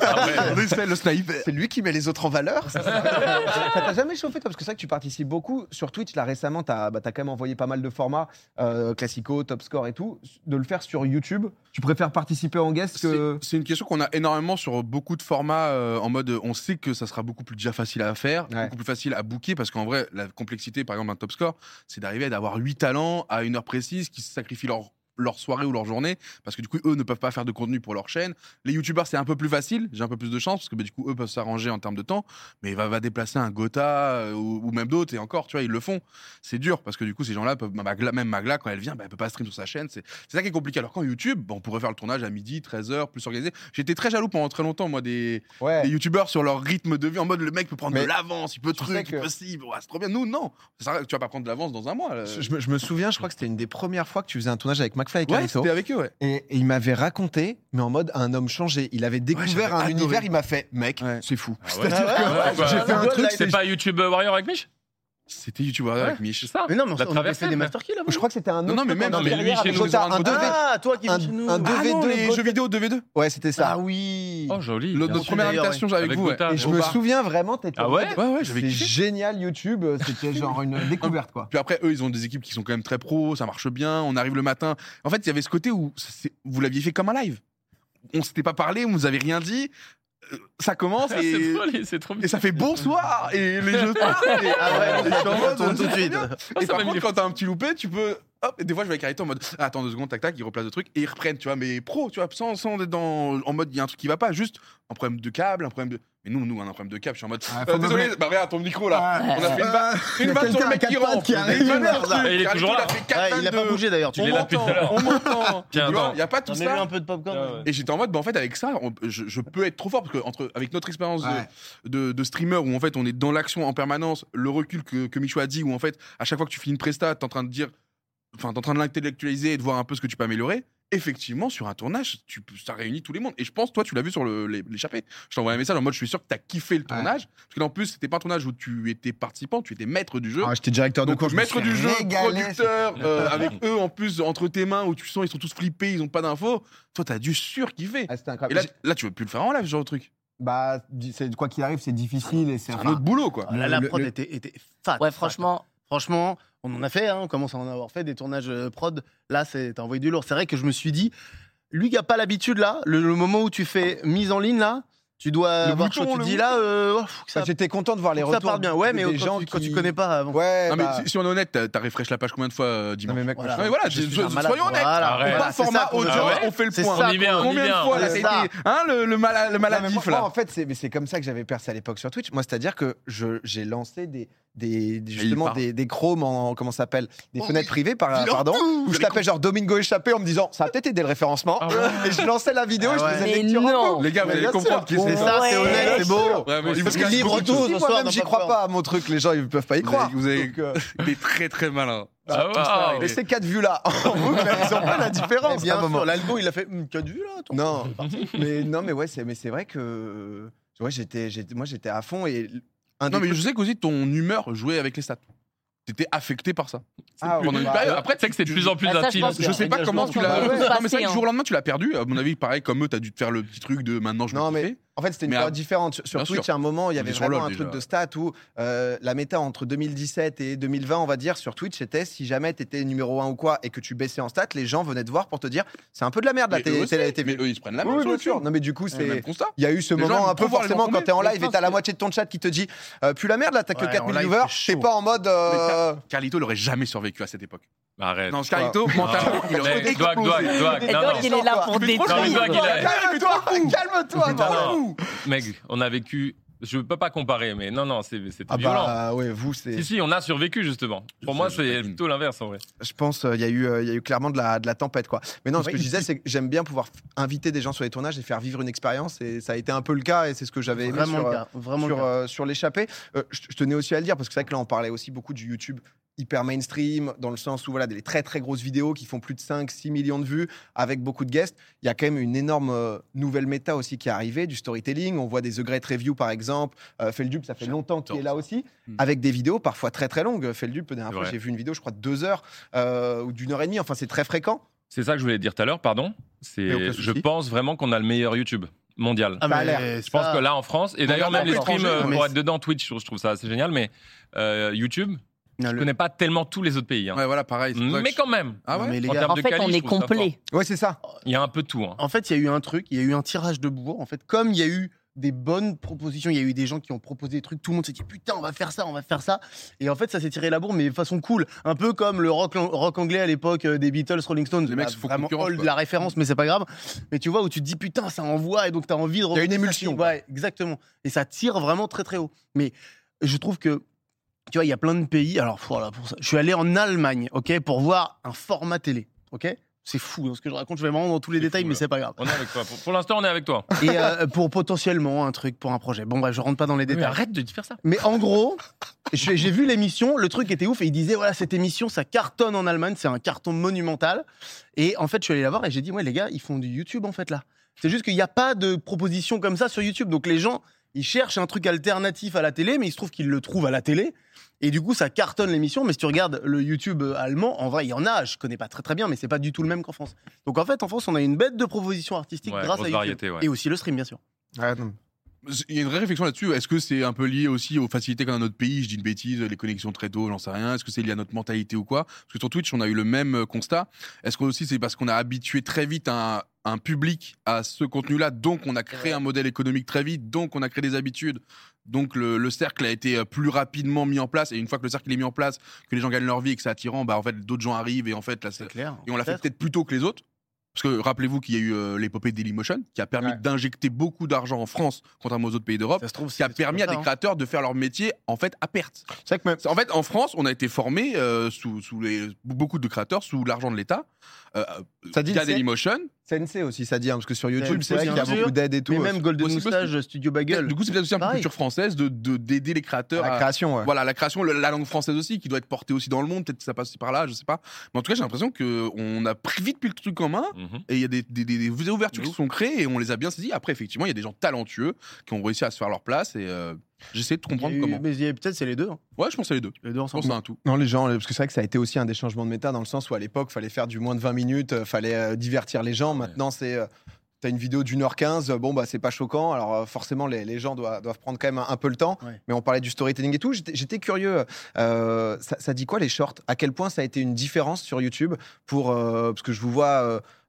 On essaie le sniper. C'est lui qui met les autres en valeur. Ça ça t'a jamais chauffé, toi, parce que c'est vrai que tu participes beaucoup sur Twitch. Là, récemment, t'as bah, t'as quand même envoyé pas mal de formats, euh, classico, top score et tout. De le faire sur YouTube, tu préfères participer en guest que. C'est c'est une question qu'on a énormément sur beaucoup de formats euh, en mode on sait que ça sera beaucoup plus déjà facile à faire, Ouais. beaucoup plus facile à booker parce qu'en vrai la complexité par exemple d'un top score c'est d'arriver à d'avoir huit talents à une heure précise qui sacrifient leur leur soirée ou leur journée parce que du coup eux ne peuvent pas faire de contenu pour leur chaîne. Les youtubeurs c'est un peu plus facile, j'ai un peu plus de chance parce que bah, du coup eux peuvent s'arranger en termes de temps, mais il va, va déplacer un Gotha euh, ou, ou même d'autres et encore tu vois ils le font. C'est dur parce que du coup ces gens-là peuvent Magla, même Magla quand elle vient bah, elle peut pas stream sur sa chaîne, c'est c'est ça qui est compliqué. Alors quand YouTube bah, on pourrait faire le tournage à midi, treize heures plus organisé. J'étais très jaloux pendant très longtemps moi des Ouais. les youtubeurs sur leur rythme de vie en mode le mec peut prendre Mais de l'avance, il peut tu truc, sais il que- peut ci, ouais, c'est trop bien. Nous non, ça sert à- tu vas pas prendre de l'avance dans un mois. là. Je, me- je me souviens, je crois que c'était une des premières fois que tu faisais un tournage avec McFly et Ouais, Carlito. c'était avec eux ouais. Et, et il m'avait raconté, mais en mode un homme changé. Il avait découvert j'avais un adoré. univers, il m'a fait, mec, Ouais. c'est fou. Ah ouais. C'est-à-dire que Ah ouais, j'ai bah, fait un truc, C'est pas YouTube Warrior avec Mich C'était YouTube avec Mich. C'est ça Mais non, mais on, La on avait traversée, fait des mais- Master Key là. Je crois que c'était un autre. Non, non, mais même- truc en non, mais derrière lui, chez avec nous, Gotha, ils ont un un deux V deux. Ah, toi qui un- viens chez nous. un deux Ah V deux non, les Gotha. jeux vidéo deux V deux. Ouais, c'était ça. Ah oui. Oh, joli. Le- bien Notre sûr. première d'ailleurs, invitation avec, Avec vous. ouais. Gotha. Et je Au me bar. souviens vraiment, t'étais Ah en ouais mode, Ouais, ouais, j'avais c'est kiffé. génial YouTube, c'était genre une découverte quoi. Puis après, eux, ils ont des équipes qui sont quand même très pros, ça marche bien, on arrive le matin. En fait, il y avait ce côté où c'est- vous l'aviez fait comme un live. On s'était pas parlé, on vous avait rien dit. Euh, Ça commence Ah, c'est et, drôle, c'est trop bien. et ça fait bonsoir et les jeux partent. Et, Ah ouais, et je suis en mode, tourne tout de suite. Et ça par m'a mis contre, les- quand t'as un petit loupé, tu peux. Hop, et des fois, je vais avec Carito en mode ah, attends deux secondes, tac tac, ils replacent le truc et ils reprennent, tu vois, mais pro, tu vois, sans, sans être dans, en mode il y a un truc qui va pas, juste un problème de câble, un problème de. Mais nous, nous, on a un problème de câble, je suis en mode. Ah, euh, faut désolé, me- bah regarde ton micro là. Ouais. On a fait une vanne, il y une a vanne sur quelqu'un le à mec quatre qui pattes rentre. qui Des arrive. vannes Merde, sur le truc. Et il est Carito, toujours là. a fait quatre Ouais, il a vannes pas de- bougé d'ailleurs, tu On Il est là vois. depuis tout à m'entend, l'heure. on m'entend. Tiens, Tu vois, attends. il y a pas tout J'en ai eu ça. un peu de popcorn. Ah ouais. Et j'étais en mode, bah en fait, avec ça, on- je, je peux être trop fort parce que entre, avec notre expérience de- Ouais. de, de streamer où en fait on est dans l'action en permanence, le recul que, que Michou a dit, où en fait, à chaque fois que tu finis une presta, t'es en train de dire, enfin, t'es en train de l'intellectualiser et de voir un peu ce que tu peux améliorer. Effectivement, sur un tournage, tu, peux- ça réunit tout le monde. Et je pense, toi, tu l'as vu sur le- les- l'échappée. Je t'envoie un message en mode, je suis sûr que t'as kiffé le tournage. Parce que en plus, c'était pas un tournage où tu étais participant, tu étais maître du jeu. Ah, j'étais directeur de Donc, cours, je me maître suis du jeu, régalé. producteur, euh, avec eux en plus entre tes mains où tu sens ils sont tous flippés, ils ont pas d'infos. Toi, t'as dû surkiffer. Ah, c'était Et incroyable. là, là, tu veux plus le faire en live, ce genre de truc. Bah, di- c'est- quoi qu'il arrive, c'est difficile et c'est C'est un enfin, autre boulot, quoi. Ah, là, la Le- prod le- était, était fat. Ouais, fat. franchement, Franchement, on en a fait, hein, on commence à en avoir fait des tournages euh, prod. Là, c'est t'as envoyé du lourd. C'est vrai que je me suis dit, lui qui a pas l'habitude là, le, le moment où tu fais mise en ligne là, tu dois Le avoir bouton, chaud. Tu le te dis là, euh, oh, faut que ça, Bah, j'étais content de voir les faut que ça retours. parte bien. Ouais, de- mais des quand, gens tu, quand qui- tu connais pas avant. Ouais, Non, mais bah, si, si on est honnête, t'as, t'as refresh la page combien de fois, euh, Dimanche non, mais mec, Voilà. moi, Non, mais voilà, Je je- suis je- un malade. soyons honnêtes. Voilà. On Ouais. parle Voilà, c'est format ça qu'on veut. audience, Ah ouais on fait le C'est point. ça On y vient, on y Combien de vient. fois là, C'est ça a ça. été hein, le, le, mala- le Non, mais maladif moi, là moi, en fait, c'est mais c'est comme ça que j'avais percé à l'époque sur Twitch. Moi, c'est-à-dire que je- j'ai lancé des, des, des- justement parle. des, des chromes en comment ça s'appelle des Oh, fenêtres privées par, dis-leur pardon tout, où je j'allais tapais genre Domingo échappé en me disant ça a peut-être aidé le référencement Ah ouais. et je lançais la vidéo et je Ah faisais ouais. lecture Mais en non. boucle. Les gars, vous Mais allez bien comprendre sûr. que c'est C'est ça, c'est Ouais. honnête, c'est beau. Ouais, mais il Parce vous qu'il cache livre beaucoup de tout choses. ce Si soir moi-même dans j'y Pop crois Corn. pas à mon truc, les gens ils peuvent pas y Vous croire. avez- vous avez- Donc, euh, Il est très très malin. Ah, wow. mais ces quatre vues là en boucle, ils ont pas la différence Bien à un moment. sûr, l'algo, il a fait hum, quatre vues là. attends. Non, mais non, mais ouais, c'est mais c'est vrai que ouais, j'étais, j'étais, moi j'étais à fond et un Non, des mais trucs- je sais qu'aussi ton humeur jouait avec les stats. T'étais affecté par ça. Ah, Pendant une bah, période. euh, Après, Tu sais que c'est de plus en plus Ah, ça, je intime. pense que- je sais pas Je comment pense tu qu'on l'as. va tous Non, mais c'est vrai passer, que du jour au hein. lendemain, tu l'as perdu. À mon avis, pareil, comme eux, t'as dû te faire le petit truc de maintenant, je me Non, mais kiffer. en fait, c'était une Mais période à- différente. Sur, sur Bien Twitch, sûr. à un moment, il y On avait est sur vraiment LoL, un truc déjà. de stats où euh, la méta entre deux mille dix-sept et deux mille vingt, on va dire, sur Twitch, c'était si jamais t'étais numéro un ou quoi et que tu baissais en stats, les gens venaient te voir pour te dire c'est un peu de la merde là, Mais t'es, eux t'es, aussi, t'es- mais eux, ils se prennent la main Oui, sur bien le sûr. cul. Non, mais du coup, C'est le même c'est. constat. Il y a eu ce Les gens, moment ils un peu vont voir les forcément gens quand t'es en tomber. live Mais et t'as je la pense moitié de ton chat qui te dit euh, plus la merde là, t'as que Ouais, quatre en mille live, viewers, c'est t'es chaud. pas en mode. euh, Carlito, il aurait jamais survécu à cette époque. Arrête. Non, Carlito, mentalement, il aurait Mec, Doig, Doig, Doig. Et Non, donc, non. il est là pour Mais trop Non, mais détruire. Doig, il a- Calme-toi, calme-toi, Non, non. non. Mec, on a vécu. Je peux pas comparer, mais non, non, c'est- c'était Ah violent. bah ouais, vous c'est. Si, si, on a survécu justement. Pour Je moi, sais, je c'est taquine. plutôt l'inverse en vrai. Je pense qu'il y, a eu, euh, il y a eu clairement de la, de la tempête. Quoi. Mais non, ce que Oui. je disais, c'est que j'aime bien pouvoir f- inviter des gens sur les tournages et faire vivre une expérience. Et ça a été un peu le cas, et c'est ce que j'avais aimé Vraiment sur, le euh, cas. Vraiment sur, le cas. euh, sur l'échappée. Euh, je, je tenais aussi à le dire, parce que c'est vrai que là, on parlait aussi beaucoup du YouTube hyper mainstream, dans le sens où voilà, des très très grosses vidéos qui font plus de cinq six millions de vues, avec beaucoup de guests. Il y a quand même une énorme euh, nouvelle méta aussi qui est arrivée, du storytelling. On voit des The Great Review, par exemple. Euh, Feldup, ça fait longtemps qu'il est là aussi, Hmm. avec des vidéos parfois très très longues. Feldup, la dernière C'est fois, vrai. j'ai vu une vidéo, je crois, de deux heures euh, ou d'une heure et demie. Enfin, c'est très fréquent. C'est ça que je voulais dire tout à l'heure, pardon. Mais aucun C'est, souci. je pense vraiment qu'on a le meilleur YouTube mondial. Ah, ça a mais l'air. Je pense que là en France, et d'ailleurs même les d'accord, streams, étranger, euh, mais pour c'est- être dedans Twitch, je trouve ça assez génial, mais euh, YouTube, Non, je le- connais pas tellement tous les autres pays. hein. Ouais, voilà, pareil. c'est pour ça que Mais je- quand même, Ah Non, ouais mais les en gars, termes En de fait, quali, on je est trouve ça complet. Ouais, c'est ça. fort. Il y a un peu de tout. hein. En fait, il y a eu un truc, il y a eu un tirage de bourre. En fait, comme il y a eu des bonnes propositions, il y a eu des gens qui ont proposé des trucs, tout le monde s'est dit putain, on va faire ça, on va faire ça. Et en fait, ça s'est tiré la bourre, mais de façon cool. Un peu comme le rock, rock anglais à l'époque euh, des Beatles, Rolling Stones. Les mecs Bah, se font vraiment concurrence, old quoi. la référence, mais c'est pas grave. Mais tu vois, où tu te dis putain, ça envoie, et donc t'as envie de Il y a une remonter ça, émulsion, c'est- quoi. Ouais, exactement. Et ça tire vraiment très très haut. Mais je trouve que. Tu vois, il y a plein de pays. Alors, voilà, pour ça. Je suis allé en Allemagne, ok, pour voir un format télé, ok. C'est fou, hein, ce que je raconte. Je vais vraiment dans tous les C'est détails, fou, mais là. c'est pas grave. On est avec toi. Pour, pour l'instant, on est avec toi. Et euh, pour potentiellement un truc pour un projet. Bon, bref, je rentre pas dans les Mais détails. arrête de faire ça. Mais en gros, j'ai j'ai vu l'émission, le truc était ouf, et il disait voilà, cette émission, ça cartonne en Allemagne, c'est un carton monumental. Et en fait, je suis allé la voir et j'ai dit ouais, les gars, ils font du YouTube en fait là. C'est juste qu'il n'y a pas de proposition comme ça sur YouTube. Donc les gens, ils cherchent un truc alternatif à la télé, mais il se trouve qu'ils le trouvent à la télé. Et du coup, ça cartonne l'émission. Mais si tu regardes le YouTube allemand, en vrai, il y en a. Je connais pas très très bien, mais c'est pas du tout le même qu'en France. Donc en fait, en France, on a une bête de propositions artistiques Ouais, grâce à grosse YouTube. variété, ouais. Et aussi le stream, bien sûr. Ouais, non. Il y a une vraie réflexion là-dessus. Est-ce que c'est un peu lié aussi aux facilités qu'on a dans notre pays? Je dis une bêtise, les connexions très tôt, j'en sais rien. Est-ce que c'est lié à notre mentalité ou quoi? Parce que sur Twitch, on a eu le même euh, constat. Est-ce que aussi c'est parce qu'on a habitué très vite un, un public à ce contenu-là, donc on a créé un modèle économique très vite, donc on a créé des habitudes. Donc le, le cercle a été euh, plus rapidement mis en place. Et une fois que le cercle est mis en place, que les gens gagnent leur vie et que c'est attirant, bah en fait d'autres gens arrivent et en fait là c'est clair. et on l'a fait peut-être plus tôt que les autres. Parce que rappelez-vous qu'il y a eu euh, l'épopée Dailymotion qui a permis Ouais. d'injecter beaucoup d'argent en France contrairement aux autres pays d'Europe, Ça se trouve, ce qui a c'est permis à comme des ça, hein. créateurs de faire leur métier en fait à perte. C'est vrai que même. En fait, en France, on a été formé euh, sous, sous les, beaucoup de créateurs sous l'argent de l'État. Euh, Ça dit via le C- Dailymotion. C N C aussi, ça dit, hein, parce que sur YouTube, C c'est N C, vrai qu'il y a bien beaucoup sûr. d'aide et tout. Mais euh, même Golden possible, Moustache, Studio Bagel. Du coup, c'est peut-être aussi un peu Pareil. culture française de de- d'aider les créateurs à la à, création, ouais. voilà, la création, le- la langue française aussi, qui doit être portée aussi dans le monde. Peut-être que ça passe aussi par là, je sais pas. Mais en tout cas, j'ai l'impression qu'on a pris vite pris le truc en main. Mhm. Et il y a des, des, des- des ouvertures De qui se sont créées et on les a bien saisies. Après, effectivement, il y a des gens talentueux qui ont réussi à se faire leur place et euh, j'essaie de Il y a comprendre eu- comment. Mais il y a- peut-être c'est les deux. hein. Ouais, je pense à les deux. Les deux Je ensemble. pense à un tout. Non, les gens, parce que c'est vrai que ça a été aussi un des changements de méta dans le sens où à l'époque, fallait faire du moins de vingt minutes, euh, fallait euh, divertir les gens. Maintenant, c'est. euh, T'as une vidéo d'une heure quinze, bon bah c'est pas choquant, alors euh, forcément les, les gens doivent, doivent prendre quand même un, un peu le temps, Ouais. mais on parlait du storytelling et tout, j'étais j'étais curieux, euh, ça, ça dit quoi les shorts? À quel point ça a été une différence sur YouTube pour, euh, parce que je vous vois, euh,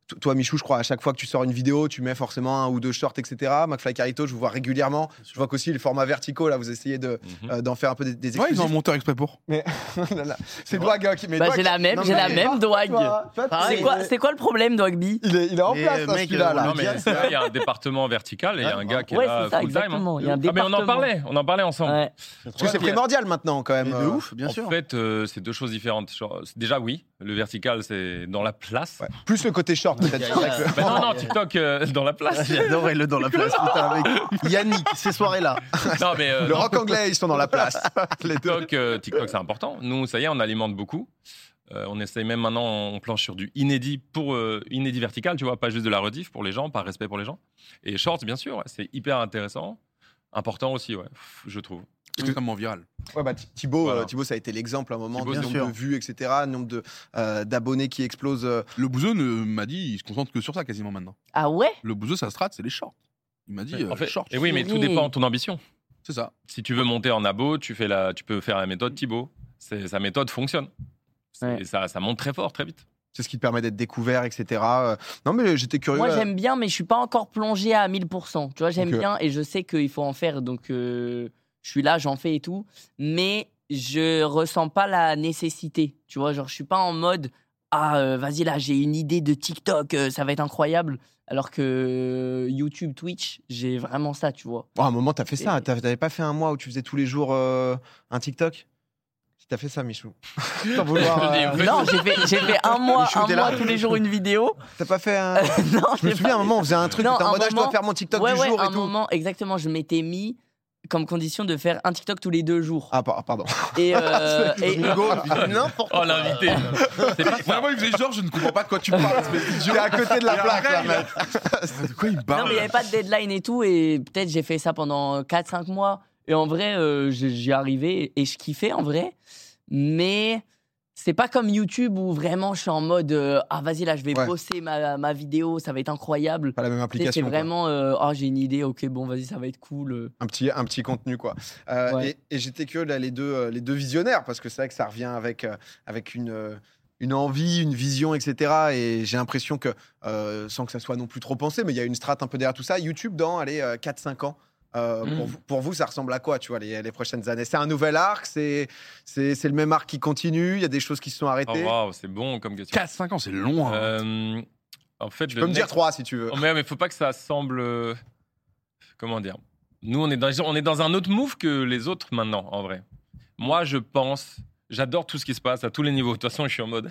T- Toi, Michou, je crois, à chaque fois que tu sors une vidéo, tu mets forcément un ou deux shorts, et cetera. McFly Carito, je vous vois régulièrement. Je vois qu'aussi les formats verticaux, là, vous essayez de, Mhm. euh, d'en faire un peu des, des Ouais, ils exclusifs. ont un monteur exprès pour. Mais là, là, c'est Dwag hein, qui met. Bah, Dwag- j'ai la même, Non, j'ai mais la il est même, pas- Dwag. toi, toi, Pareil. C'est quoi, c'est quoi le problème, Dwagby? Il est, il est en Mais, place, euh, hein, mec, celui-là. euh, là. Non, mais Bien, c'est vrai, il y a un département vertical et il y a un gars qui est Ouais, là c'est ça, full time. exactement. Il y a un Ah, mais on en département. parlait, on en parlait ensemble. Ouais. Parce que c'est primordial maintenant, quand même. Mais de euh. ouf, bien en sûr. fait, euh, c'est deux choses différentes. Genre, c'est- déjà, oui, le vertical, c'est dans la place. Ouais. Plus le côté short, peut-être. C'est vrai que- Bah non, non, TikTok euh, dans la place. J'adorais le dans la place, putain, avec Yannick, ces soirées-là. non, mais euh, Le rock anglais, ils sont dans la place. Les deux. TikTok, euh, TikTok, c'est important. Nous, ça y est, on alimente beaucoup. Euh, on essaye même maintenant, on planche sur du inédit pour euh, inédit vertical, tu vois, pas juste de la rediff pour les gens, par respect pour les gens. Et shorts, bien sûr, ouais, c'est hyper intéressant, important aussi, ouais, je trouve. Extrêmement viral. Ouais, bah, Thi- Thibaut, Voilà. euh, Thibaut, ça a été l'exemple à un moment, Thibaut, du bien nombre sûr. de vues, et cetera, nombre de, euh, d'abonnés qui explosent. euh. Le bouseux ne- m'a dit, il se concentre que sur ça quasiment maintenant. Ah ouais? Le bouseux, sa strat, c'est les shorts. Il m'a dit, euh, en fait, shorts. et oui, mais tout Purée. dépend de ton ambition. C'est ça. Si tu veux monter en abo, tu, fais la, tu peux faire la méthode Thibaut. C'est, sa méthode fonctionne. C'est- Ouais. ça, ça monte très fort, très vite. C'est ce qui te permet d'être découvert, et cetera. Euh, Non, mais j'étais curieux. Moi, euh, j'aime bien, mais je suis pas encore plongé à mille pour cent. Tu vois, j'aime Ok. bien et je sais qu'il faut en faire. Donc, euh, je suis là, j'en fais et tout. Mais je ressens pas la nécessité. Tu vois, genre, je suis pas en mode ah, euh, vas-y, là, j'ai une idée de TikTok, euh, ça va être incroyable. Alors que euh, YouTube, Twitch, j'ai vraiment ça, tu vois. Oh, à un moment, t'as fait ça. Et- T'as- T'avais pas fait un mois où tu faisais tous les jours euh, un TikTok? Si t'as fait ça, Michou. Sans vouloir, euh, En fait, Non, j'ai fait, j'ai fait un mois, Michou, un t'es mois là tous les jours une vidéo. T'as pas fait un. non, Je me j'ai souviens, à un moment, on faisait un truc. Non, T'étais en un mode, ah, je dois moment- faire mon TikTok ouais, du ouais, jour un et tout. moment, exactement. Je m'étais mis comme condition de faire un TikTok tous les deux jours. Ah, par- pardon. Et, euh, et- Hugo, n'importe Oh, l'invité. C'est pas ça. Vraiment, il faisait genre, je ne comprends pas de quoi tu parles. T'es à côté de la plaque, là, mec. De quoi il Non, parle mais il n'y avait pas de deadline et tout. Et peut-être j'ai fait ça pendant quatre cinq mois. Et en vrai, euh, j'y j'y arrivais et je kiffais en vrai. Mais c'est pas comme YouTube où vraiment je suis en mode euh, ah, vas-y, là, je vais Ouais. bosser ma, ma vidéo, ça va être incroyable. Pas la même Tu sais, C'est application. quoi. vraiment euh, ah, j'ai une idée, ok, bon, vas-y, ça va être cool. euh. Un petit, un petit contenu, quoi. Euh, Ouais. Et, et j'étais que là, les deux, euh, les deux visionnaires, parce que c'est vrai que ça revient avec, euh, avec une, euh, une envie, une vision, et cetera. Et j'ai l'impression que, euh, sans que ça soit non plus trop pensé, mais il y a une strate un peu derrière tout ça. YouTube, dans allez, euh, quatre cinq ans, euh, Mm. pour, vous, pour vous, ça ressemble à quoi, tu vois, les, les prochaines années? C'est un nouvel arc? C'est c'est c'est le même arc qui continue? Il y a des choses qui se sont Oh, arrêtées? waouh, c'est bon comme question. quatre cinq ans, c'est long. hein. Euh, en fait, Tu peux me dire trois, si tu veux. Oh, mais, mais faut pas que ça semble. euh, Comment dire? Nous, on est, dans, on est dans un autre move que les autres maintenant, en vrai. Moi, je pense. J'adore tout ce qui se passe à tous les niveaux. De toute façon, je suis en mode.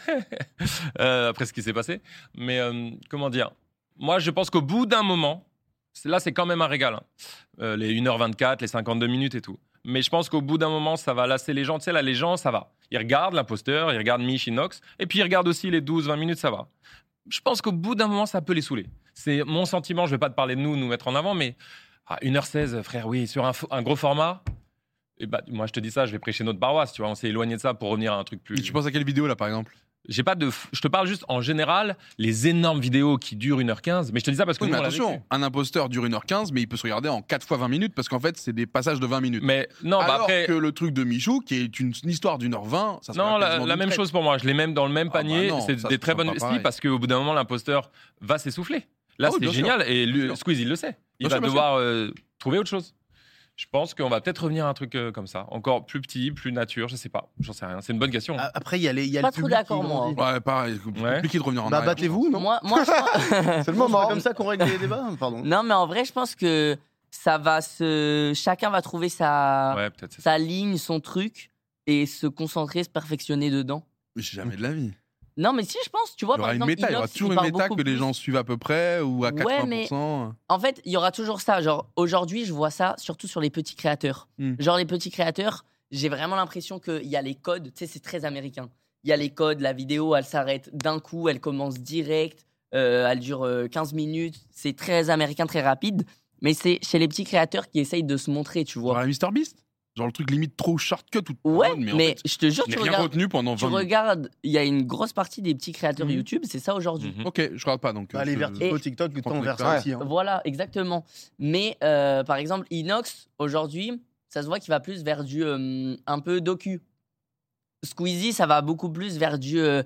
euh, après ce qui s'est passé. Mais euh, comment dire? Moi, je pense qu'au bout d'un moment. c'est- Là, c'est quand même un régal. hein. Euh, les une heure vingt-quatre, les cinquante-deux minutes et tout. Mais je pense qu'au bout d'un moment, ça va lasser les gens. Tu sais, là, les gens, ça va. Ils regardent l'imposteur, ils regardent Mich, Inox. Et puis, ils regardent aussi les douze vingt minutes, ça va. Je pense qu'au bout d'un moment, ça peut les saouler. C'est mon sentiment. Je vais pas te parler de nous, nous mettre en avant, mais à une heure seize, frère, oui, sur un, fo- un gros format. Et bah, moi, je te dis ça, je vais prêcher notre paroisse. Tu vois, on s'est éloigné de ça pour revenir à un truc plus. Et tu penses à quelle vidéo là par exemple? J'ai pas de. f- Je te parle juste en général, les énormes vidéos qui durent une heure quinze. Mais je te dis ça parce que Oui, nous, mais on l'a attention, vécu. un imposteur dure une heure quinze, mais il peut se regarder en quatre fois vingt minutes parce qu'en fait, c'est des passages de vingt minutes. Mais non, bah Alors après. que le truc de Michou, qui est une, une histoire d'une heure vingt, ça se Non, regarde la, quasiment la d'une même traite. chose pour moi. Je les mets dans le même Ah bah panier. non, c'est ça, des c'est très pas bonnes. pareil. Si, parce qu'au bout d'un moment, l'imposteur va s'essouffler. Là, Ah oui, c'est bien sûr. génial. Et lui, Bien sûr. Squeeze, il le sait. Il Bien va sûr, bien devoir euh, trouver autre chose. Je pense qu'on va peut-être revenir à un truc euh, comme ça. Encore plus petit, plus nature, je sais pas. J'en sais rien. C'est une bonne question. A- Après, il y a, les, il y a Pas le trop public. d'accord, qui moi. grandit. Ouais, pareil, c'est Ouais. compliqué de revenir en Bah, arrière. battez-vous, non Moi, moi, je pense- C'est le C'est moment. pas comme ça qu'on règle les débats, pardon. non, mais en vrai, je pense que ça va se. Chacun va trouver sa, Ouais, peut-être c'est ça. sa ligne, son truc, et se concentrer, se perfectionner dedans. Mais jamais de la vie. Non, mais si, je pense, tu vois, Il y par aura une exemple, méta, il y aura Inox, toujours il une parle méta beaucoup que les plus. gens suivent à peu près ou à Ouais, quatre-vingts pour mais- cent. En fait, il y aura toujours ça. Genre, aujourd'hui, je vois ça surtout sur les petits créateurs. Hmm. Genre, les petits créateurs, j'ai vraiment l'impression qu'il y a les codes. Tu sais, c'est très américain. Il y a les codes, la vidéo, elle s'arrête d'un coup, elle commence direct, euh, elle dure euh, quinze minutes. C'est très américain, très rapide. Mais c'est chez les petits créateurs qui essayent de se montrer, tu Genre vois. la MrBeast. Genre le truc limite trop shortcut ou Ouais, drone, mais, mais, en fait, je te jure, je n'ai tu rien regardes, retenu pendant tu vingt minutes. regardes, il y a une grosse partie des petits créateurs Mhm. YouTube, c'est ça aujourd'hui. Mhm. Ok, je regarde pas donc. Bah, euh, les je- verticaux Et- TikTok, le temps Contre vers les ça aussi. hein. Voilà, exactement. Mais euh, par exemple, Inox, aujourd'hui, ça se voit qu'il va plus vers du euh, un peu docu. Squeezie, ça va beaucoup plus vers du euh,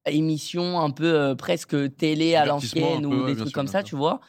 émission un peu euh, presque télé à Divertissement l'ancienne un peu, ou ouais, des bien trucs sûr, comme bien ça, sûr. tu vois.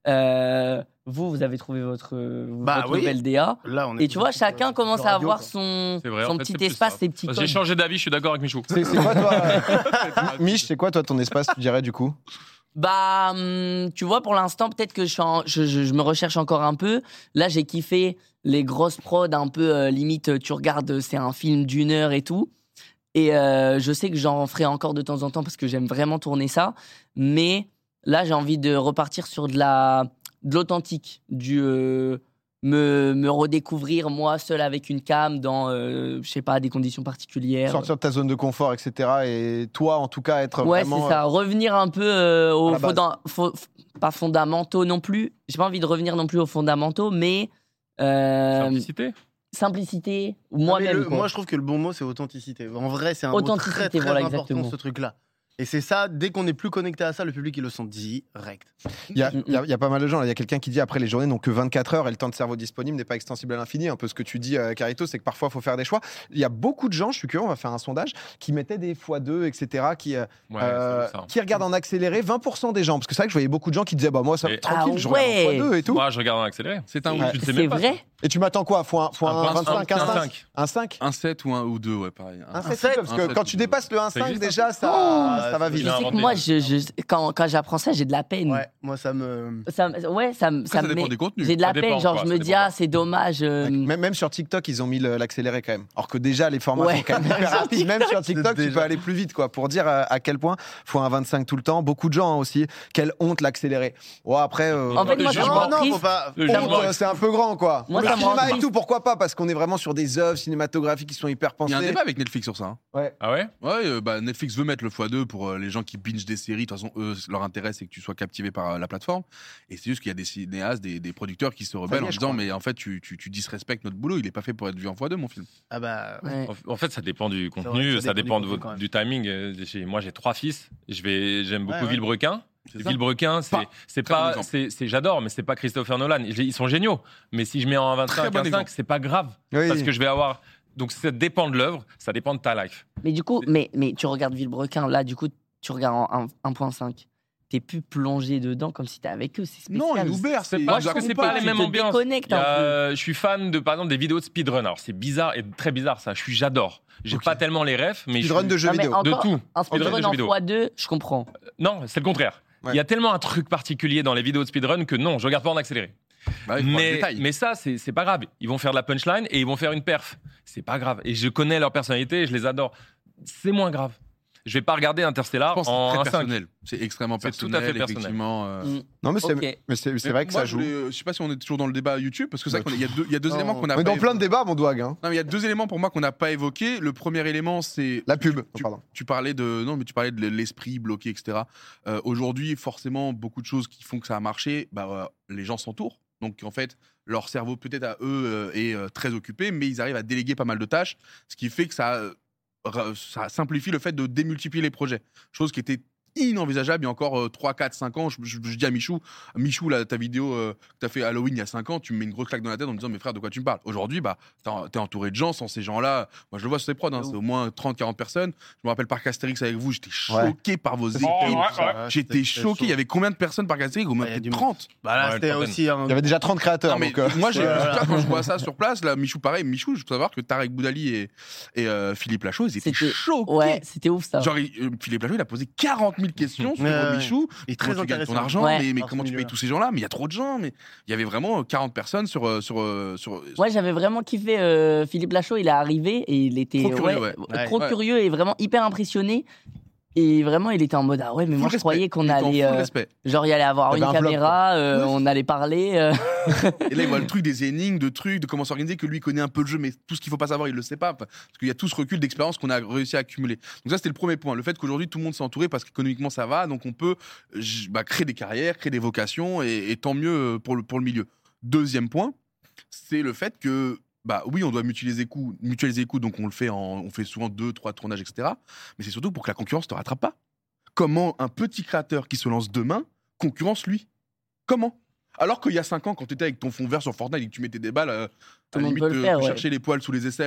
Euh, vous, vous avez trouvé votre, Bah votre oui. nouvelle D A. Là, on est Et tu vois, chacun commence à avoir son, C'est vrai, en son fait, petit c'est plus espace, ça. ses petits Parce que J'ai coins. changé d'avis, je suis d'accord avec Michou. C'est c'est quoi, toi euh, Mich, c'est quoi, toi, ton espace, tu dirais, du coup? Bah, hum, tu vois, pour l'instant, peut-être que je, suis en- je, je- je me recherche encore un peu. Là, j'ai kiffé les grosses prods, un peu euh, limite, tu regardes, c'est un film d'une heure et tout. Et euh, je sais que j'en ferai encore de temps en temps parce que j'aime vraiment tourner ça. Mais là, j'ai envie de repartir sur de la de l'authentique, du euh, me, me redécouvrir moi seul avec une cam dans, euh, je sais pas, des conditions particulières. Sortir de ta zone de confort, et cetera. Et toi, en tout cas, être Ouais, vraiment. c'est ça. Revenir un peu euh, à aux la base. fonda- fo- f- pas fondamentaux non plus. J'ai pas envie de revenir non plus aux fondamentaux, mais euh, Simplicité. simplicité, ou Ah, mais moi-même. le- quoi. moi, je trouve que le bon mot, c'est authenticité. En vrai, c'est un mot Authenticité, très, très voilà, important, exactement. ce truc-là. Et c'est ça, dès qu'on est plus connecté à ça, le public, il le sent direct. Il y, a, Mm, il y a- il y a pas mal de gens. là. Il y a quelqu'un qui dit après les journées n'ont que vingt-quatre heures et le temps de cerveau disponible n'est pas extensible à l'infini. Un peu ce que tu dis, euh, Carito, c'est que parfois il faut faire des choix. Il y a beaucoup de gens, je suis curieux, on va faire un sondage, qui mettaient des fois deux, et cetera, qui, euh, Ouais, euh, c'est ça. qui regardent en accéléré. vingt pour cent des gens, parce que c'est vrai que je voyais beaucoup de gens qui disaient bah moi ça Et- tranquille, Ah je regarde en ouais. fois deux et tout. Moi, je regarde en accéléré. C'est un, Et ou- je sais c'est même pas, vrai. Et tu m'attends quoi Faut un, faut un, Un vingt-cinq, un un cinq, cinq. un cinq, un sept ou un ou deux, ouais, pareil. un Un- sept, sept, parce un que sept, quand tu deux. dépasses le un Ça cinq existe, déjà ça, Oh, ça va c'est- vite. Il a Tu sais que inventé. moi, je, je- quand, quand j'apprends ça, j'ai de la peine. Ouais, moi, ça me. Ça, me- ouais, ça, me- Après, ça ça me dépend met- des contenus. J'ai de la Ça peine, dépend, genre quoi, je ça me dépend dis, ah, quoi. c'est dommage. euh, Même, même sur TikTok, ils ont mis le- l'accéléré quand même. Alors que déjà, les formats Ouais. sont quand même hyper rapides. Même sur TikTok, tu Déjà. peux aller plus vite, quoi. Pour dire à, à quel point faut un vingt-cinq tout le temps. Beaucoup de gens hein, aussi. Quelle honte l'accéléré. Ouais, après. euh, En fait, Le moi, ça me jugement. rend non, non, triste. faut pas. Le honte, jugement. euh, c'est un peu grand, quoi. Moi, le ça me rend cinéma et triste. tout, pourquoi pas Parce qu'on est vraiment sur des œuvres cinématographiques qui sont hyper Il pensées. y a un débat avec Netflix sur ça. hein. Ouais. Ah ouais Ouais, euh, bah, Netflix veut mettre le fois deux pour euh, les gens qui binge des séries. De toute façon, eux, leur intérêt, c'est que tu sois captivé par euh, la plateforme. Et c'est juste qu'il y a des cinéastes, des, des producteurs qui se rebellent y est, en je disant crois. mais en fait, tu, tu, tu disrespectes notre boulot. Il est pas fait pour être vu en fois deux, mon film. Ah bah. Ouais. En en fait, ça dépend du vrai contenu, que ça, dépend, du de contenu, votre- quand même. du timing. Euh, j'ai- Moi, j'ai trois fils. Je vais, j'aime beaucoup Ouais, ouais. Villebrequin. C'est ça. Villebrequin, c'est Pas. c'est Très bon pas, exemple. c'est c'est- j'adore, mais c'est pas Christopher Nolan. Ils ils sont géniaux, mais si je mets en Très vingt-cinq, bon un cinq, exemple. c'est pas grave Oui. parce que je vais avoir. Donc ça dépend de l'œuvre, ça dépend de ta life. Mais du coup, mais, mais tu regardes Villebrequin, là, du coup, tu regardes en un point cinq. T'es plus plongé dedans comme si t'es avec eux. C'est spécial. Non, ils Uber, C'est c'est pas, ils je trouve que c'est accompagnent. pas les tu mêmes te ambiances. déconnectes Il y a- un peu. euh, je suis fan de, par exemple, des vidéos de speedrun. Alors c'est bizarre et très bizarre ça. Je suis, j'adore. J'ai Ok. pas tellement les refs, mais je Speedrun suis- de jeux Non, mais vidéo. en- de Encore tout. Un Speedrun de speedrun jeux en vidéo. fois deux, je comprends. Non, c'est le contraire. Ouais. Il y a tellement un truc particulier dans les vidéos de speedrun que non, je regarde pas en accéléré. Bah, il faut voir le Mais, détail. mais ça, c'est c'est pas grave. Ils vont faire de la punchline et ils vont faire une perf. C'est pas grave. Et je connais leur personnalité et je les adore. C'est moins grave. Je vais pas regarder Je Interstellar pense que en c'est un très cinq. personnel. C'est extrêmement C'est tout à personnel, fait personnel. effectivement. euh. Mm. Non, mais c'est Ok. mais c'est- c'est Mais vrai que moi, ça je joue. voulais, euh, je sais pas si on est toujours dans le débat YouTube, parce que c'est vrai Bah, qu'il y a deux, il y a deux non. éléments qu'on a On est pas dans plein de évoqués. débats, mon doigt. Hein. Non, mais il y a deux éléments pour moi qu'on n'a pas évoqués. Le premier élément, c'est La pub. Tu- Oh, pardon. tu parlais de non mais tu parlais de l'esprit bloqué, et cetera. Euh, Aujourd'hui, forcément, beaucoup de choses qui font que ça a marché, bah, euh, les gens s'entourent. Donc en fait, leur cerveau peut-être à eux euh, est euh, très occupé, mais ils arrivent à déléguer pas mal de tâches, ce qui fait que ça, euh, ra- ça simplifie le fait de démultiplier les projets. Chose qui était inenvisageable il y a encore euh, trois, quatre, cinq ans. Je, je- je dis à Michou, Michou, là, ta vidéo euh, que tu as fait Halloween il y a cinq ans, tu me mets une grosse claque dans la tête en me disant, mais frère, de quoi tu me parles? Aujourd'hui, bah, t'es entouré de gens, sans ces gens-là, moi je le vois sur ces prods, hein, c'est au moins trente, quarante personnes. Je me rappelle par Astérix avec vous, j'étais choqué par vos équipes. ouais, ouais. J'étais choqué, il y avait combien de personnes par Astérix? Au moins Ouais, il y a peut-être du trente. Bah là, Ouais, c'était une trentaine. aussi un. Il y avait déjà trente créateurs. Non, mais donc, euh, moi, j'ai, ouais, tu voilà. vois, quand je vois ça sur place, là, Michou, pareil, Michou, je veux savoir que Tarek Boudali et, et euh, Philippe Lachaud, ils étaient C'était- choqués. Ouais, c'était ouf ça. Genre, il- euh, Philippe Lachaud, il a posé quarante mille questions sur Ouais, euh, ouais. Michou. Il est Comment très tu gagnes ton intéressant. argent, Ouais. mais, mais Dans ce comment tu payes milieu-là. tous ces gens-là? Mais il y a trop de gens, mais il y avait vraiment quarante personnes sur. euh, sur, euh, sur Ouais, j'avais vraiment kiffé euh, Philippe Lachaud. Il est arrivé et il était Trop curieux, ouais. Ouais. trop Ouais. curieux et vraiment hyper impressionné. Et vraiment, il était en mode ah ouais, mais full moi je respect. croyais qu'on Il était en allait, full euh, respect. genre il allait avoir Il y une avait un vlog, caméra, euh, Ouais. on allait parler. euh. Et là, il voit le truc des énigmes, de trucs, de comment s'organiser, que lui connaît un peu le jeu, mais tout ce qu'il faut pas savoir, il le sait pas. Enfin, parce qu'il y a tout ce recul d'expérience qu'on a réussi à accumuler. Donc ça, c'était le premier point. Le fait qu'aujourd'hui, tout le monde s'est entouré parce qu'économiquement, ça va. Donc on peut euh, j- bah, créer des carrières, créer des vocations, et, et tant mieux euh, pour le, pour le milieu. Deuxième point, c'est le fait que, bah oui, on doit mutualiser les coûts, mutualiser les coûts, donc on le fait, en, on fait souvent deux, trois tournages, et cetera. Mais c'est surtout pour que la concurrence ne te rattrape pas. Comment un petit créateur qui se lance demain concurrence lui? Comment? Alors qu'il y a cinq ans, quand tu étais avec ton fond vert sur Fortnite et que tu mettais des balles, euh, Tout à le la monde limite, peut le euh, faire, tu ouais. cherchais les poils sous les aisselles.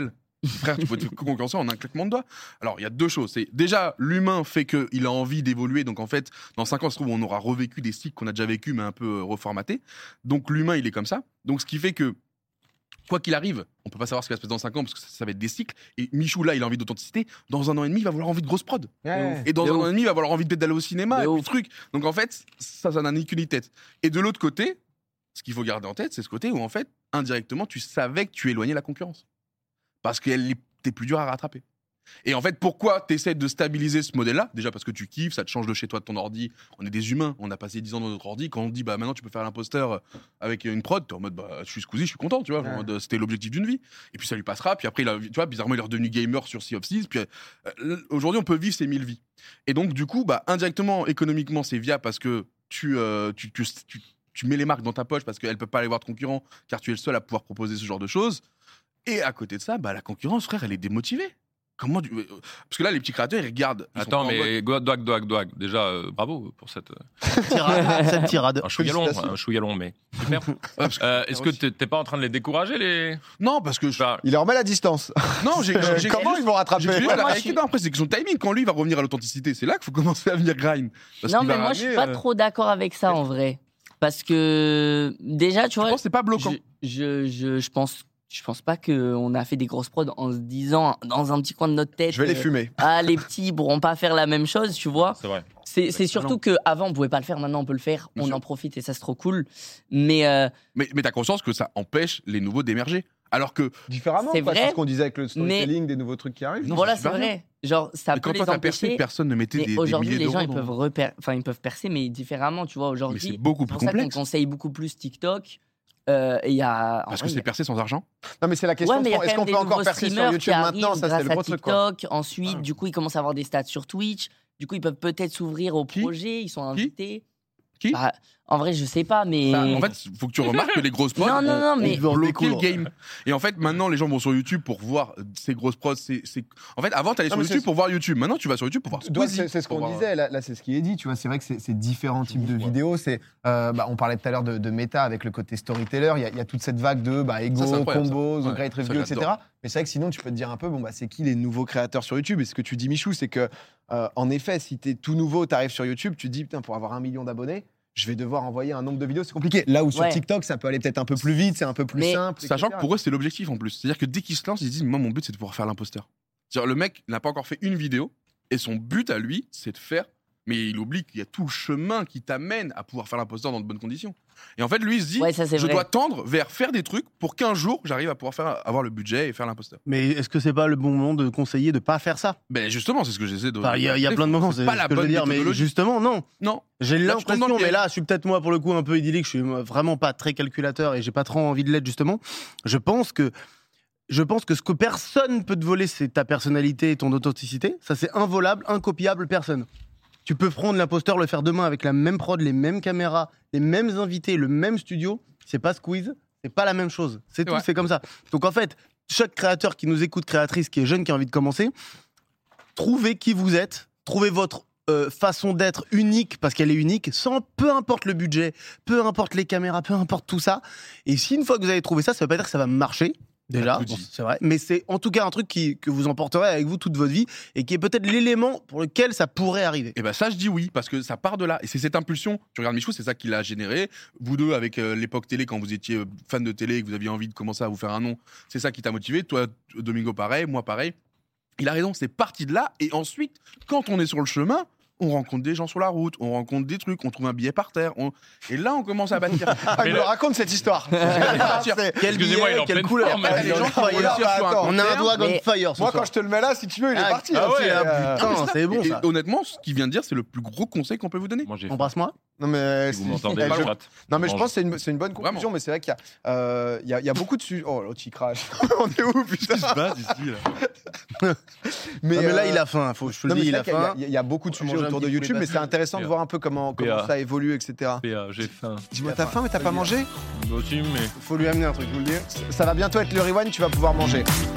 Frère, tu peux te concurrencer en un claquement de doigts. Alors, il y a deux choses. C'est déjà, l'humain fait qu'il a envie d'évoluer. Donc, en fait, dans cinq ans, ça se trouve, on aura revécu des cycles qu'on a déjà vécu, mais un peu euh, reformatés. Donc, l'humain, il est comme ça. Donc, ce qui fait que, quoi qu'il arrive, on peut pas savoir ce qui va se passer dans cinq ans parce que ça, ça va être des cycles. Et Michou, là, il a envie d'authenticité. Dans un an et demi, il va avoir envie de grosse prod. Ouais. Et dans De un ouf. an et demi, il va avoir envie de d'aller au cinéma De et puis ouf. truc. Donc, en fait, ça, ça n'a ni queue ni tête. Et de l'autre côté, ce qu'il faut garder en tête, c'est ce côté où, en fait, indirectement, tu savais que tu éloignais la concurrence. Parce qu'elle est t'es plus dur à rattraper. Et en fait, pourquoi tu essaies de stabiliser ce modèle-là? Déjà parce que tu kiffes, ça te change de chez toi, de ton ordi. On est des humains, on a passé dix ans dans notre ordi. Quand on te dit, bah maintenant tu peux faire l'imposteur avec une prod, t'es en mode, bah je suis Squeezie, je suis content, tu vois. Ouais. En mode, c'était l'objectif d'une vie. Et puis ça lui passera. Puis après, il a, tu vois, bizarrement, il est redevenu gamer sur Sea of Thieves. Puis euh, aujourd'hui, on peut vivre ces mille vies. Et donc, du coup, bah indirectement, économiquement, c'est viable parce que tu, euh, tu, tu, tu, tu mets les marques dans ta poche parce qu'elles ne peuvent pas aller voir de concurrents car tu es le seul à pouvoir proposer ce genre de choses. Et à côté de ça, bah, la concurrence, frère, elle est démotivée. Comment du... Parce que là, les petits créateurs, ils regardent. Ils Attends, sont pas en mais mode- doig, doig, doig. Déjà, euh, bravo pour cette, euh, Tirade, cette tirade. un chouïa long, Félicitations. un chouïa long, mais super. parce que- Euh, Est-ce que t'es t'es pas en train de les décourager, les Non, parce que. je- Enfin, Il est en mal à distance. Non, j'ai. Euh, j'ai- Comment j'ai- ils vont rattraper j'ai cru à la Moi, je réalité. suis- Non, après, c'est que son timing, quand lui il va revenir à l'authenticité, c'est là qu'il faut commencer à venir grind. Parce Non, qu'il mais va moi, je suis ramener, pas euh, trop d'accord avec ça en vrai. Parce que déjà, tu Je vois, pense que c'est pas bloquant. je, je, je, je pense, je pense pas qu'on a fait des grosses prods en se disant dans un petit coin de notre tête. Je vais les euh, fumer. Ah, les petits pourront pas faire la même chose, tu vois. c'est vrai. C'est c'est surtout qu'avant, on pouvait pas le faire, maintenant, on peut le faire. Bien on sûr. en profite et ça, c'est trop cool. Mais euh, Mais, mais t'as conscience que ça empêche les nouveaux d'émerger. Alors que Différemment, C'est quoi, vrai, c'est ce qu'on disait avec le storytelling, des nouveaux trucs qui arrivent. Non, voilà, c'est c'est super vrai. Genre, ça mais peut quand les toi t'as percé, empêcher. personne ne mettait Mais des, des aujourd'hui, milliers les gens, d'euros ils dans- peuvent, reper... enfin, ils peuvent percer, mais différemment, tu vois. Mais Aujourd'hui, c'est beaucoup c'est plus pour ça qu'on complexe. conseille beaucoup plus TikTok. Euh, et il y a, en Parce vrai, que il y c'est a- percé sans argent. Non, mais c'est la question. Ouais, mais il y a est-ce quand qu'on même peut des encore nouveaux percer sur streamers YouTube qui arrivent maintenant? Ça, c'est grâce le à gros truc, quoi. TikTok. Ensuite, Ah. du coup, ils commencent à avoir des stats sur Twitch. Du coup, ils peuvent peut-être s'ouvrir au Qui projet. Ils sont invités. Qui Bah, en vrai, je sais pas, mais. Ça, en fait, il faut que tu remarques que les grosses prods Non, non, ont, non, mais- ont bloqué le découvre. game. Et en fait, maintenant, les gens vont sur YouTube pour voir ces grosses prods. C'est, c'est... En fait, avant, t'allais Non, sur mais YouTube c'est- pour voir YouTube. Maintenant, tu vas sur YouTube pour voir Donc, Squeezie. c'est c'est ce pour qu'on voir- disait, là, là, c'est ce qui est dit, tu vois, c'est vrai que c'est c'est différents types de Ouais. vidéos, c'est, euh, bah, on parlait tout à l'heure de, de méta avec le côté storyteller, il y, a- il y a toute cette vague de bah, Ça, Ego, c'est incroyable, Combo, ça. The Ouais, Great ça, Review, et j'adore. cetera. Mais c'est vrai que sinon, tu peux te dire un peu, bon, bah, c'est qui les nouveaux créateurs sur YouTube? Et ce que tu dis, Michou, c'est que, euh, en effet, si t'es tout nouveau, t'arrives sur YouTube, tu te dis, putain, pour avoir un million d'abonnés, je vais devoir envoyer un nombre de vidéos, c'est compliqué. Là où sur Ouais. TikTok, ça peut aller peut-être un peu plus vite, c'est un peu plus Mais- simple. Sachant et cetera. que pour eux, c'est l'objectif en plus. C'est-à-dire que dès qu'ils se lancent, ils se disent, moi, mon but, c'est de pouvoir faire l'imposteur. C'est-à-dire, le mec n'a pas encore fait une vidéo, et son but à lui, c'est de faire. Mais il oublie qu'il y a tout le chemin qui t'amène à pouvoir faire l'imposteur dans de bonnes conditions. Et en fait, lui, il se dit, Ouais, ça, c'est je vrai. dois tendre vers faire des trucs pour qu'un jour, j'arrive à pouvoir faire, avoir le budget et faire l'imposteur. Mais est-ce que c'est pas le bon moment de conseiller de pas faire ça? Ben justement, c'est ce que j'essaie de. Enfin, il y a, il y a plein de moments, c'est pas ce la que je veux bonne dire, mais méthodologie. justement, non. Non. J'ai Là, tu tombes dans l'impression, le mais piège. là, je suis peut-être moi pour le coup un peu idyllique, je suis euh, vraiment pas très calculateur et j'ai pas trop envie de l'être justement. Je pense que je pense que ce que personne peut te voler, c'est ta personnalité et ton authenticité. Ça, c'est involable, incopiable, personne. Tu peux prendre l'imposteur, le faire demain avec la même prod, les mêmes caméras, les mêmes invités, le même studio. C'est pas Squeeze, c'est pas la même chose. C'est tout, Ouais. c'est comme ça. Donc en fait, chaque créateur qui nous écoute, créatrice qui est jeune, qui a envie de commencer, trouvez qui vous êtes, trouvez votre euh, façon d'être unique parce qu'elle est unique, sans peu importe le budget, peu importe les caméras, peu importe tout ça. Et si une fois que vous avez trouvé ça, ça veut pas dire que ça va marcher. Déjà, tout bon, dit. c'est vrai, mais c'est en tout cas un truc qui, que vous emporterez avec vous toute votre vie et qui est peut-être l'élément pour lequel ça pourrait arriver. Et ben ça, je dis oui, parce que ça part de là. Et c'est cette impulsion. Tu regardes Michou, c'est ça qui l'a généré. Vous deux, avec euh, l'époque télé, quand vous étiez euh, fan de télé et que vous aviez envie de commencer à vous faire un nom, c'est ça qui t'a motivé. Toi, Domingo, pareil, moi, pareil. Il a raison, c'est parti de là. Et ensuite, quand on est sur le chemin, on rencontre des gens sur la route, on rencontre des trucs, on trouve un billet par terre. on- Et là, on commence à bâtir. Ah, il Mais me le- raconte cette histoire. C'est- Quel Excusez-moi, il est en quelle pleine couleur, forme, Ah, les il est gens on qui vont fire. réussir sur un On a un doigt on Mais- fire ce Moi, soir. quand je te le mets là, si tu veux, il est Ah, parti. ah hein, ouais, c'est, ah, euh, putain, c'est bon Et ça. honnêtement, ce qu'il vient de dire, c'est le plus gros conseil qu'on peut vous donner. Moi, j'ai Embrasse-moi. Non, mais Si vous c'est- m'entendez, Eh, je je- rate. Non, mais je Mange. pense que c'est une, c'est une bonne conclusion, Vraiment. mais c'est vrai qu'il y, a, euh, il y, a, il y a beaucoup de sujets. Oh, l'autre, il crache. On est où, putain? Mais, mais là, euh, il a faim. Faut, je te non, le mais dis, c'est il a vrai qu'il y a- faim. il y, a- il y a beaucoup de On sujets mange un autour de petit YouTube, poulet mais c'est bassi. intéressant de P A. voir un peu comment, comment P A. ça évolue, et cetera. P A, j'ai faim. Dis-moi, t'as faim, mais t'as pas mangé? Moi aussi, mais. Faut lui amener un truc, je vous le dis. Ça va bientôt être le rewind, tu vas pouvoir manger.